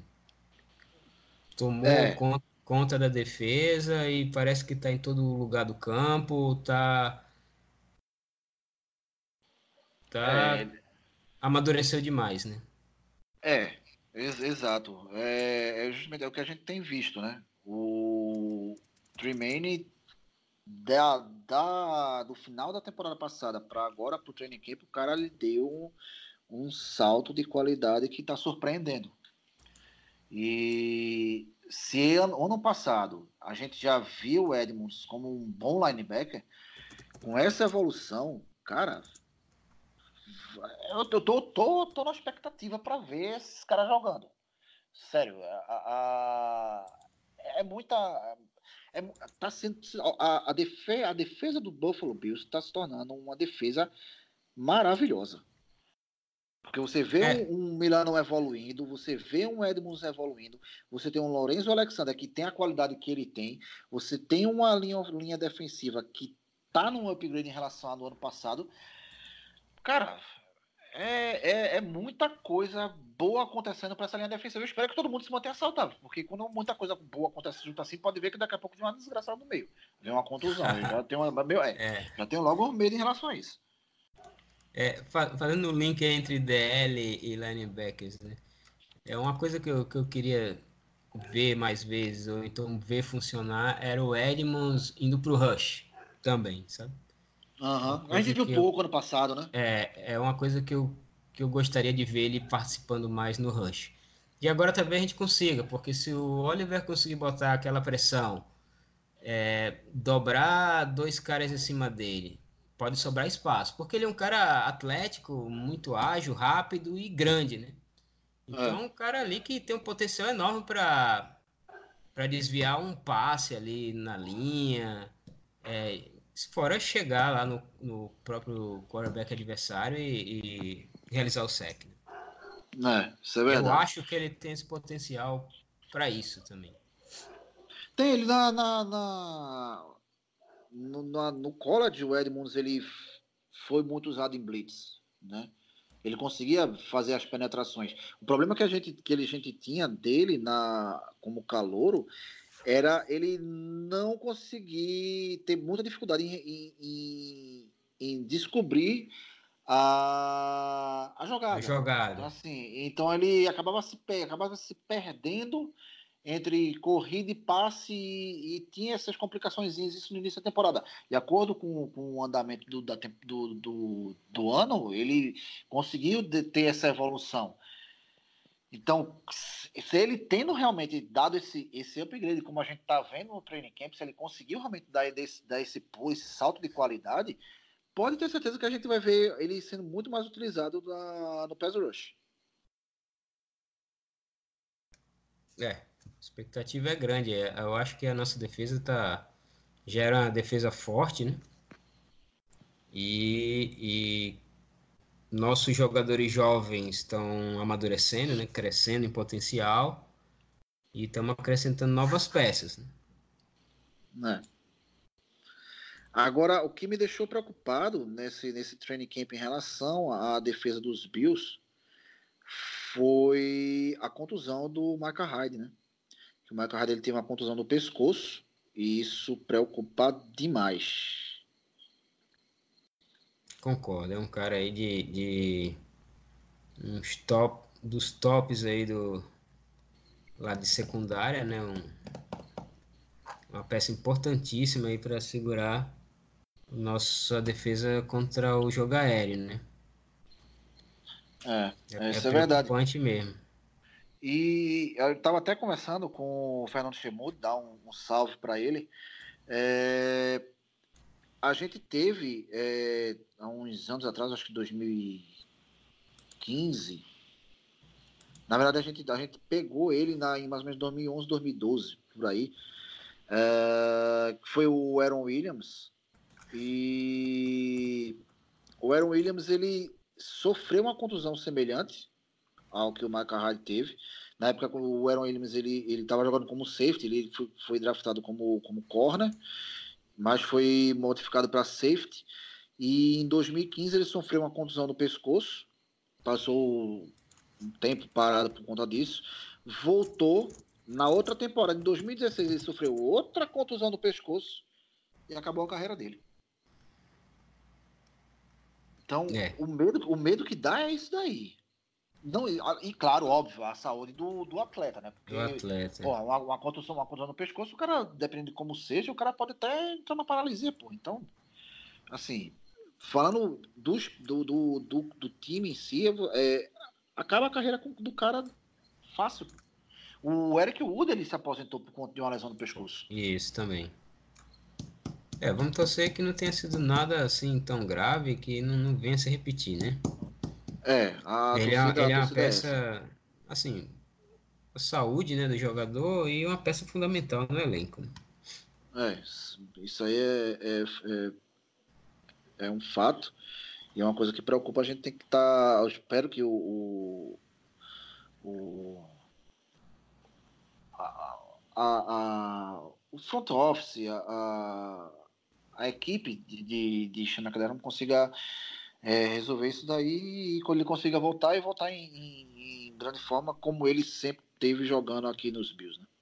Speaker 3: Tomou
Speaker 2: É,
Speaker 3: con- conta da defesa e parece que tá em todo lugar do campo, tá, tá,
Speaker 2: é,
Speaker 3: amadureceu demais, né?
Speaker 2: é, ex exato. É, é justamente é o que a gente tem visto, né? O, Tremaine, da, da, do final da temporada passada para agora, para o training camp, o cara lhe deu um, um salto de qualidade que está surpreendendo. E se ano, ano passado a gente já viu o Edmonds como um bom linebacker, com essa evolução, cara, eu tô, tô, tô, tô na expectativa para ver esses caras jogando. Sério, a, a, é muita. É, tá sendo, a, a, defesa, a defesa do Buffalo Bills está se tornando uma defesa maravilhosa. Porque você vê
Speaker 3: É.
Speaker 2: um, um Milano evoluindo, você vê um Edmonds evoluindo, você tem um Lorenzo Alexander que tem a qualidade que ele tem, você tem uma linha, linha defensiva que tá num upgrade em relação ao ano passado. Cara, é, é, é muita coisa boa acontecendo para essa linha defensiva. Eu espero que todo mundo se mantenha saudável, porque quando muita coisa boa acontece junto assim, pode ver que daqui a pouco vem uma desgraçada no meio. Vem uma contusão. Eu já tenho, uma, meu, é,
Speaker 3: É.
Speaker 2: já tenho logo medo em relação a isso.
Speaker 3: É, fazendo o link entre D L e linebackers, né? É uma coisa que eu, que eu queria ver mais vezes, ou então ver funcionar, era o Edmonds indo pro rush também, sabe?
Speaker 2: Uhum. A gente
Speaker 3: Coisa
Speaker 2: viu
Speaker 3: que eu,
Speaker 2: pouco ano passado, né?
Speaker 3: é, é uma coisa que eu, que eu gostaria de ver ele participando mais no rush. E agora talvez a gente consiga, porque se o Oliver conseguir botar aquela pressão, é, dobrar dois caras em cima dele, pode sobrar espaço, porque ele é um cara atlético, muito ágil, rápido e grande, né? Então,
Speaker 2: É.
Speaker 3: um cara ali que tem um potencial enorme para para desviar um passe ali na linha, é, fora chegar lá no, no próprio quarterback adversário e, e realizar o sack. Né?
Speaker 2: É, isso é
Speaker 3: Eu
Speaker 2: verdade.
Speaker 3: acho que ele tem esse potencial para isso também.
Speaker 2: Tem ele na, na, na no, na, no college, o Edmonds ele foi muito usado em blitz, né? Ele conseguia fazer as penetrações. O problema que a gente que a gente tinha dele na como calouro era ele não conseguir ter muita dificuldade em, em, em, em descobrir a, a
Speaker 3: A
Speaker 2: jogada. Então,
Speaker 3: jogada.
Speaker 2: assim, então ele acabava se, acabava se perdendo entre corrida e passe e, e tinha essas complicações isso no início da temporada. De acordo com, com o andamento do, da, do, do, do ano, ele conseguiu ter essa evolução. Então, se ele tendo realmente dado esse, esse upgrade, como a gente está vendo no training camp, se ele conseguiu realmente dar, desse, dar esse, esse salto de qualidade, pode ter certeza que a gente vai ver ele sendo muito mais utilizado na, no pass rush.
Speaker 3: É, a expectativa é grande. Eu acho que a nossa defesa tá, já era uma defesa forte, né? E, e nossos jogadores jovens estão amadurecendo, né? Crescendo em potencial e estamos acrescentando novas peças. Né?
Speaker 2: Né? Agora, o que me deixou preocupado nesse, nesse training camp em relação à defesa dos Bills foi a contusão do Micah Hyde, né? O Micah Hyde ele tem uma contusão no pescoço e isso preocupa demais.
Speaker 3: Concordo, é um cara aí de, de uns top, dos tops aí do lá de secundária, né? Um, uma peça importantíssima aí para segurar nossa defesa contra o jogo aéreo, né?
Speaker 2: É,
Speaker 3: É, é
Speaker 2: isso é verdade.
Speaker 3: preocupante mesmo.
Speaker 2: E eu estava até conversando com o Fernando Chemudo, dar um, um salve para ele. É, a gente teve, é, há uns anos atrás, acho que dois mil e quinze, na verdade a gente, a gente pegou ele na, em mais ou menos dois mil e onze, dois mil e doze, por aí, é, que foi o Aaron Williams. E o Aaron Williams ele sofreu uma contusão semelhante ao que o Micah Hyde teve. Na época, o Aaron Williams ele ele estava jogando como safety, ele foi, foi draftado como, como corner, mas foi modificado para safety. E em dois mil e quinze ele sofreu uma contusão no pescoço, passou um tempo parado por conta disso, voltou. Na outra temporada, em dois mil e dezesseis, ele sofreu outra contusão no pescoço e acabou a carreira dele. Então,
Speaker 3: É.
Speaker 2: o medo, o medo que dá é isso daí. Não, e, e, claro, óbvio, a saúde do, do atleta, né? Porque,
Speaker 3: do atleta.
Speaker 2: porra, uma, uma contusão, uma contusão no pescoço, o cara, dependendo de como seja, o cara pode até entrar na paralisia, pô. Então, assim, falando dos, do, do, do, do time em si, é, acaba a carreira do cara fácil. O Eric Wood, ele se aposentou por conta de uma lesão no pescoço.
Speaker 3: Isso também. É, vamos torcer que não tenha sido nada assim tão grave que não, não venha se repetir, né?
Speaker 2: É, a
Speaker 3: Ele é,
Speaker 2: torcida, a
Speaker 3: ele é uma
Speaker 2: torcida é essa.
Speaker 3: peça, assim, a saúde, né, do jogador e uma peça fundamental no elenco, né?
Speaker 2: É, isso aí é, é, é, é um fato e é uma coisa que preocupa. A gente tem que estar. Tá, eu espero que o, o, o a, a, a, o front office, a, a, a equipe de, de, de Xanacadeira consiga é, resolver isso daí e quando ele consiga voltar e voltar em, em, em grande forma, como ele sempre teve jogando aqui nos Bills, né?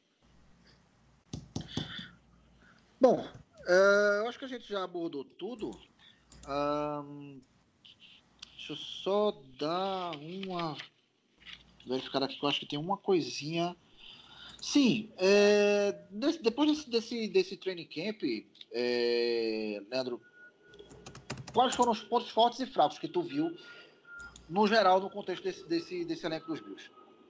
Speaker 2: Bom, é, eu acho que a gente já abordou tudo. Um, deixa eu só dar uma verificar aqui que eu acho que tem uma coisinha. Sim, é, desse, depois desse, desse, desse training camp, é, Leandro, quais foram os pontos fortes e fracos que tu viu, no geral, no contexto desse, desse, desse elenco dos Bills?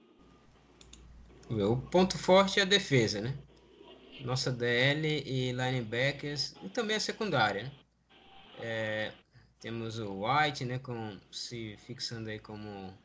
Speaker 3: O ponto forte é a defesa, né? Nossa D L e linebackers e também a secundária, né? É, temos o White, né, com, se fixando aí como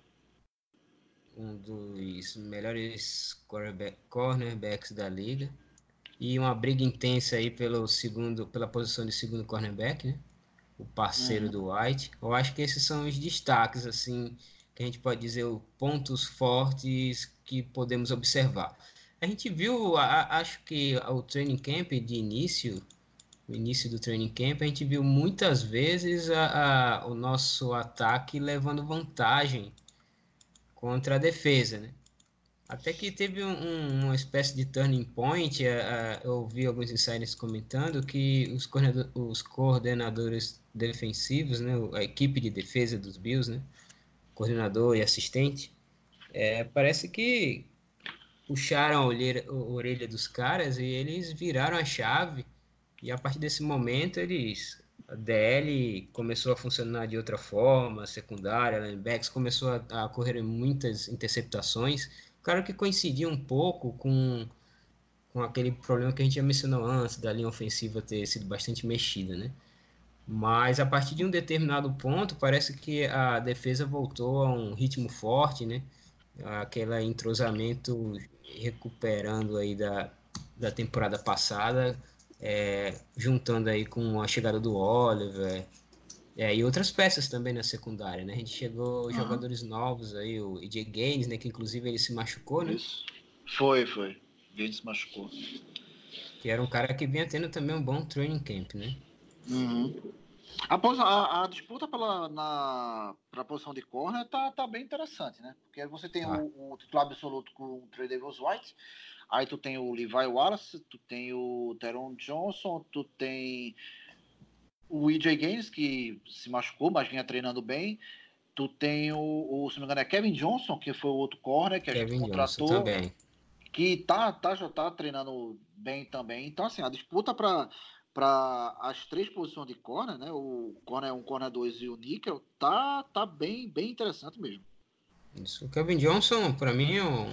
Speaker 3: um dos melhores cornerbacks da liga e uma briga intensa aí pelo segundo, pela posição de segundo cornerback, né? O parceiro
Speaker 2: Uhum.
Speaker 3: do White. Eu acho que esses são os destaques, assim, que a gente pode dizer, os pontos fortes que podemos observar. A gente viu, a, acho que o training camp de início, o início do training camp, a gente viu muitas vezes a, a, o nosso ataque levando vantagem contra a defesa, né? Até que teve um, um, uma espécie de turning point, uh, uh, eu ouvi alguns insiders comentando que os, coordenador, os coordenadores defensivos, né, a equipe de defesa dos Bills, né, coordenador e assistente, é, parece que puxaram a orelha, a orelha dos caras e eles viraram a chave e a partir desse momento eles a D L começou a funcionar de outra forma, a secundária, a linebacks começou a, a correr muitas interceptações, claro que coincidia um pouco com, com aquele problema que a gente já mencionou antes, da linha ofensiva ter sido bastante mexida, né? Mas a partir de um determinado ponto, parece que a defesa voltou a um ritmo forte, né? Aquele entrosamento recuperando aí da, da temporada passada, é, juntando aí com a chegada do Oliver, é, e outras peças também na secundária, né? A gente chegou
Speaker 2: Uhum.
Speaker 3: jogadores novos aí, o E J Gaines, né? Que inclusive ele se machucou, né?
Speaker 2: Isso. Foi, foi. Gaines se machucou.
Speaker 3: Que era um cara que vinha tendo também um bom training camp, né?
Speaker 2: Uhum. Após a, a disputa pela na pra posição de corner tá, tá bem interessante, né? Porque você tem
Speaker 3: Tá.
Speaker 2: o, o titular absoluto com o Trey Davis White, aí tu tem o Levi Wallace, tu tem o Teron Johnson, tu tem o E J Gaines, que se machucou, mas vinha treinando bem. Tu tem o, o, se não me engano, é Kevin Johnson, que foi o outro corner que a gente
Speaker 3: Kevin Johnson
Speaker 2: contratou,
Speaker 3: também.
Speaker 2: que tá, tá, já tá treinando bem também. Então, assim, a disputa para para as três posições de corner, né? O corner um, corner dois e o níquel, tá, tá bem, bem interessante mesmo.
Speaker 3: Isso. O Kevin Johnson, para mim, é um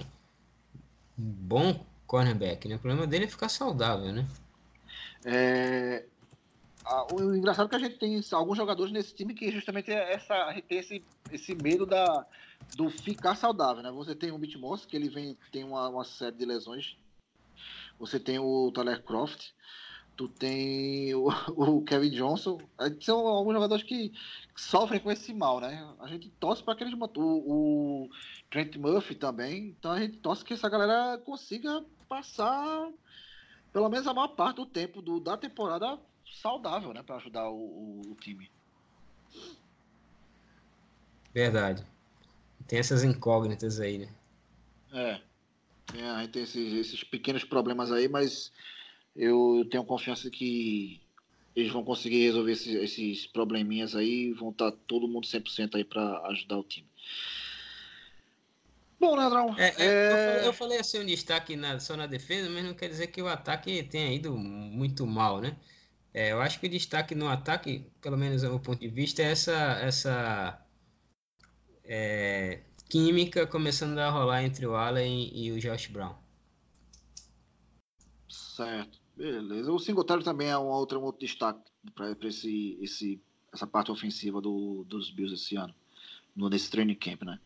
Speaker 3: bom cornerback, né? O problema dele é ficar saudável, né?
Speaker 2: É, a, o engraçado é que a gente tem alguns jogadores nesse time que justamente é essa, tem esse, esse medo da, do ficar saudável, né? Você tem o Mitch Moss, que ele vem, tem uma, uma série de lesões. Você tem o Tyler Croft, tu tem o, o Kevin Johnson. São alguns jogadores que sofrem com esse mal, né? A gente torce para que eles o, o Trent Murphy também. Então a gente torce que essa galera consiga passar pelo menos a maior parte do tempo do, da temporada saudável, né? Para ajudar o, o, o time.
Speaker 3: Verdade. Tem essas incógnitas aí, né?
Speaker 2: É. Tem, a gente tem esses, esses pequenos problemas aí, mas eu tenho confiança que eles vão conseguir resolver esses, esses probleminhas aí e vão estar todo mundo cem por cento aí para ajudar o time. Bom, Leandrão,
Speaker 3: É, é,
Speaker 2: é...
Speaker 3: eu, falei, eu falei assim um destaque na, só na defesa, mas não quer dizer que o ataque tenha ido muito mal, né? É, eu acho que o destaque no ataque, pelo menos do meu ponto de vista, é essa, essa é, química começando a rolar entre o Allen e o Josh Brown.
Speaker 2: Certo, beleza. O Singletary também é um outro, um outro destaque para esse, esse, essa parte ofensiva do, dos Bills esse ano, no, nesse training camp, né?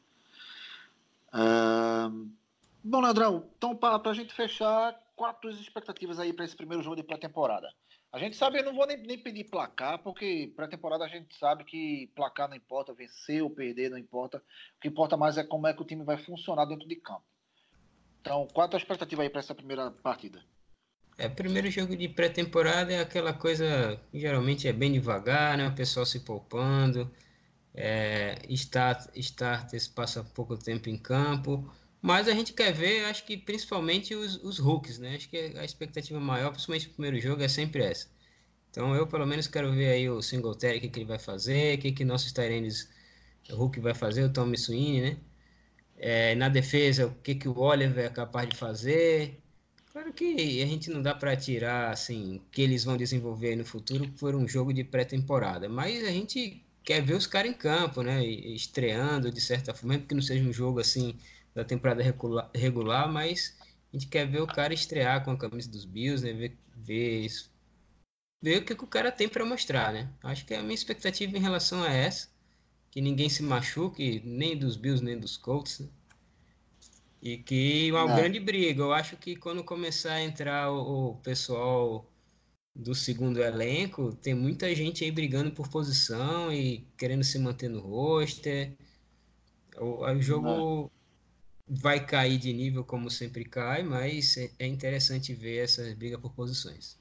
Speaker 2: Uh, bom, Leandrão, então para a gente fechar, quatro expectativas aí para esse primeiro jogo de pré-temporada. A gente sabe, eu não vou nem, nem pedir placar, porque pré-temporada a gente sabe que placar não importa, vencer ou perder não importa. O que importa mais é como é que o time vai funcionar dentro de campo. Então, qual é a tua expectativa aí para essa primeira partida?
Speaker 3: É, primeiro jogo de pré-temporada é aquela coisa que geralmente é bem devagar, né? O pessoal se poupando, é, start, starters passa pouco tempo em campo, mas a gente quer ver, acho que principalmente os, os rookies, né? Acho que a expectativa maior, principalmente no primeiro jogo, é sempre essa. Então eu pelo menos quero ver aí o Singletary, o que, que ele vai fazer, o que, que nossos Tyrands, o Hulk vai fazer, o Tommy Sweeney, né? É, na defesa, o que, que o Oliver é capaz de fazer. Claro que a gente não dá para tirar assim o que eles vão desenvolver no futuro por um jogo de pré-temporada, mas a gente quer ver os caras em campo, né? Estreando de certa forma, mesmo que não seja um jogo assim da temporada regular, regular, mas a gente quer ver o cara estrear com a camisa dos Bills, né? Ver, ver, ver o que, que o cara tem para mostrar, né? Acho que a minha expectativa em relação a essa, que ninguém se machuque, nem dos Bills nem dos Colts, né? E que uma
Speaker 2: É.
Speaker 3: grande briga. Eu acho que quando começar a entrar o, o pessoal do segundo elenco, tem muita gente aí brigando por posição e querendo se manter no roster. O, o
Speaker 2: É.
Speaker 3: jogo vai cair de nível como sempre cai, mas é, é interessante ver essa briga por posições.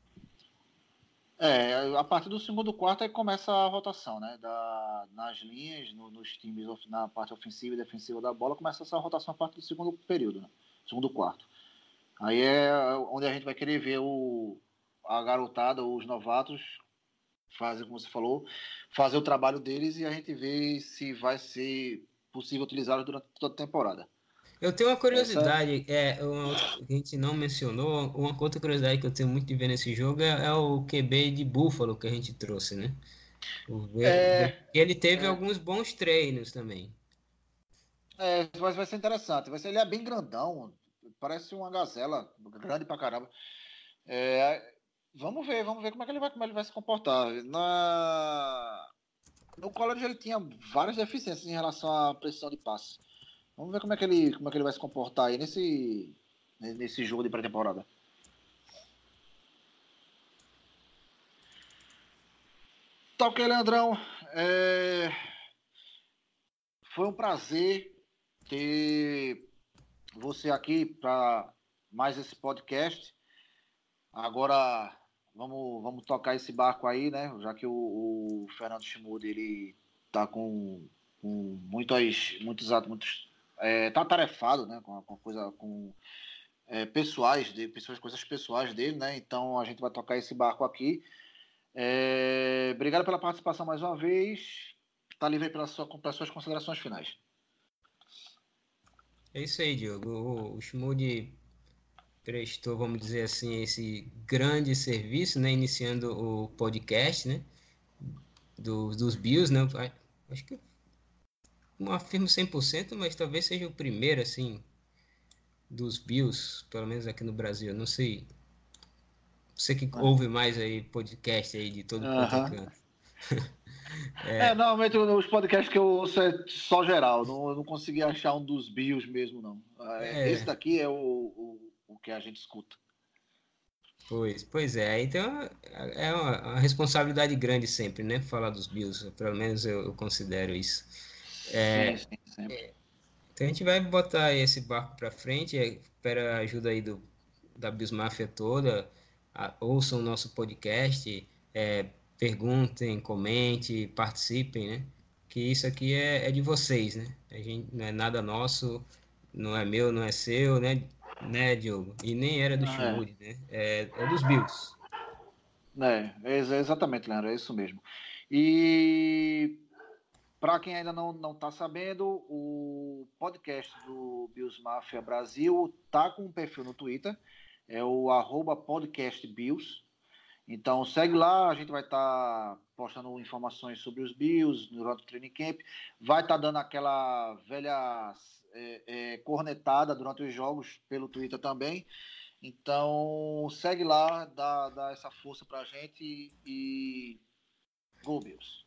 Speaker 2: É, a partir do segundo quarto aí começa a rotação, né? Da, nas linhas, no, nos times, na parte ofensiva e defensiva da bola, começa essa rotação a partir do segundo período, né? Segundo quarto. Aí é onde a gente vai querer ver o, a garotada, os novatos, fazer, como você falou, fazer o trabalho deles e a gente vê se vai ser possível utilizá-los durante toda a temporada.
Speaker 3: Eu tenho uma
Speaker 2: Essa
Speaker 3: curiosidade, é, uma outra que a gente não mencionou, uma outra curiosidade que eu tenho muito de ver nesse jogo é, é o Q B de Buffalo que a gente trouxe, né? O ver, ver-
Speaker 2: é,
Speaker 3: ele teve
Speaker 2: é,
Speaker 3: alguns bons treinos também.
Speaker 2: é, vai, vai ser interessante. Vai ser, ele é bem grandão, parece uma gazela, grande pra caramba. É, vamos ver, vamos ver como é que ele vai, como ele vai se comportar. Na, no college ele tinha várias deficiências em relação à precisão de passe. Vamos ver como é que ele, como é que ele vai se comportar aí nesse, nesse jogo de pré-temporada. Tá ok, Leandrão. É, foi um prazer ter você aqui para mais esse podcast. Agora vamos, vamos tocar esse barco aí, né? Já que o, o Fernando Schmud, ele tá com, com muitos, muitos, muitos é, tá atarefado, né? Com, com coisa, com é, pessoais, de pessoas, coisas pessoais dele, né? Então a gente vai tocar esse barco aqui. É, obrigado pela participação mais uma vez. Tá livre aí pela sua, pelas suas considerações finais.
Speaker 3: É isso aí, Diogo. O, o Schmud prestou, vamos dizer assim, esse grande serviço, né? Iniciando o podcast, né? Do, dos Bills, né? Acho que não afirmo cem por cento, mas talvez seja o primeiro, assim, dos Bills, pelo menos aqui no Brasil. Não sei. Você que ouve mais aí podcast aí de todo quanto é
Speaker 2: Aham.
Speaker 3: canto.
Speaker 2: É, normalmente os podcasts que eu ouço é só geral. Não, eu não consegui achar um dos bios mesmo, não. É, esse
Speaker 3: É,
Speaker 2: daqui é o, o, o que a gente escuta.
Speaker 3: pois, pois é. Então é uma, uma responsabilidade grande sempre, né? Falar dos Bills. Pelo menos eu, eu considero isso.
Speaker 2: Sim, sim, sempre.
Speaker 3: Então a gente vai botar esse barco para frente, é, espera a ajuda aí do, da Bills Mafia toda, a, ouçam o nosso podcast, é, perguntem, comentem, participem, né? Que isso aqui é, é de vocês, né? A gente não é nada nosso, não é meu, não é seu, né, né, Diogo? E nem era do
Speaker 2: É,
Speaker 3: Shimud, né? É, é dos Bills.
Speaker 2: é, é exatamente, Leandro, é isso mesmo. E Para quem ainda não não está sabendo, o podcast do Bills Mafia Brasil tá com um perfil no Twitter, é o arroba podcastbills. Então segue lá, a gente vai estar tá postando informações sobre os Bills durante o training camp, vai estar tá dando aquela velha é, é, cornetada durante os jogos pelo Twitter também. Então segue lá, dá, dá essa força pra gente e Go Bills!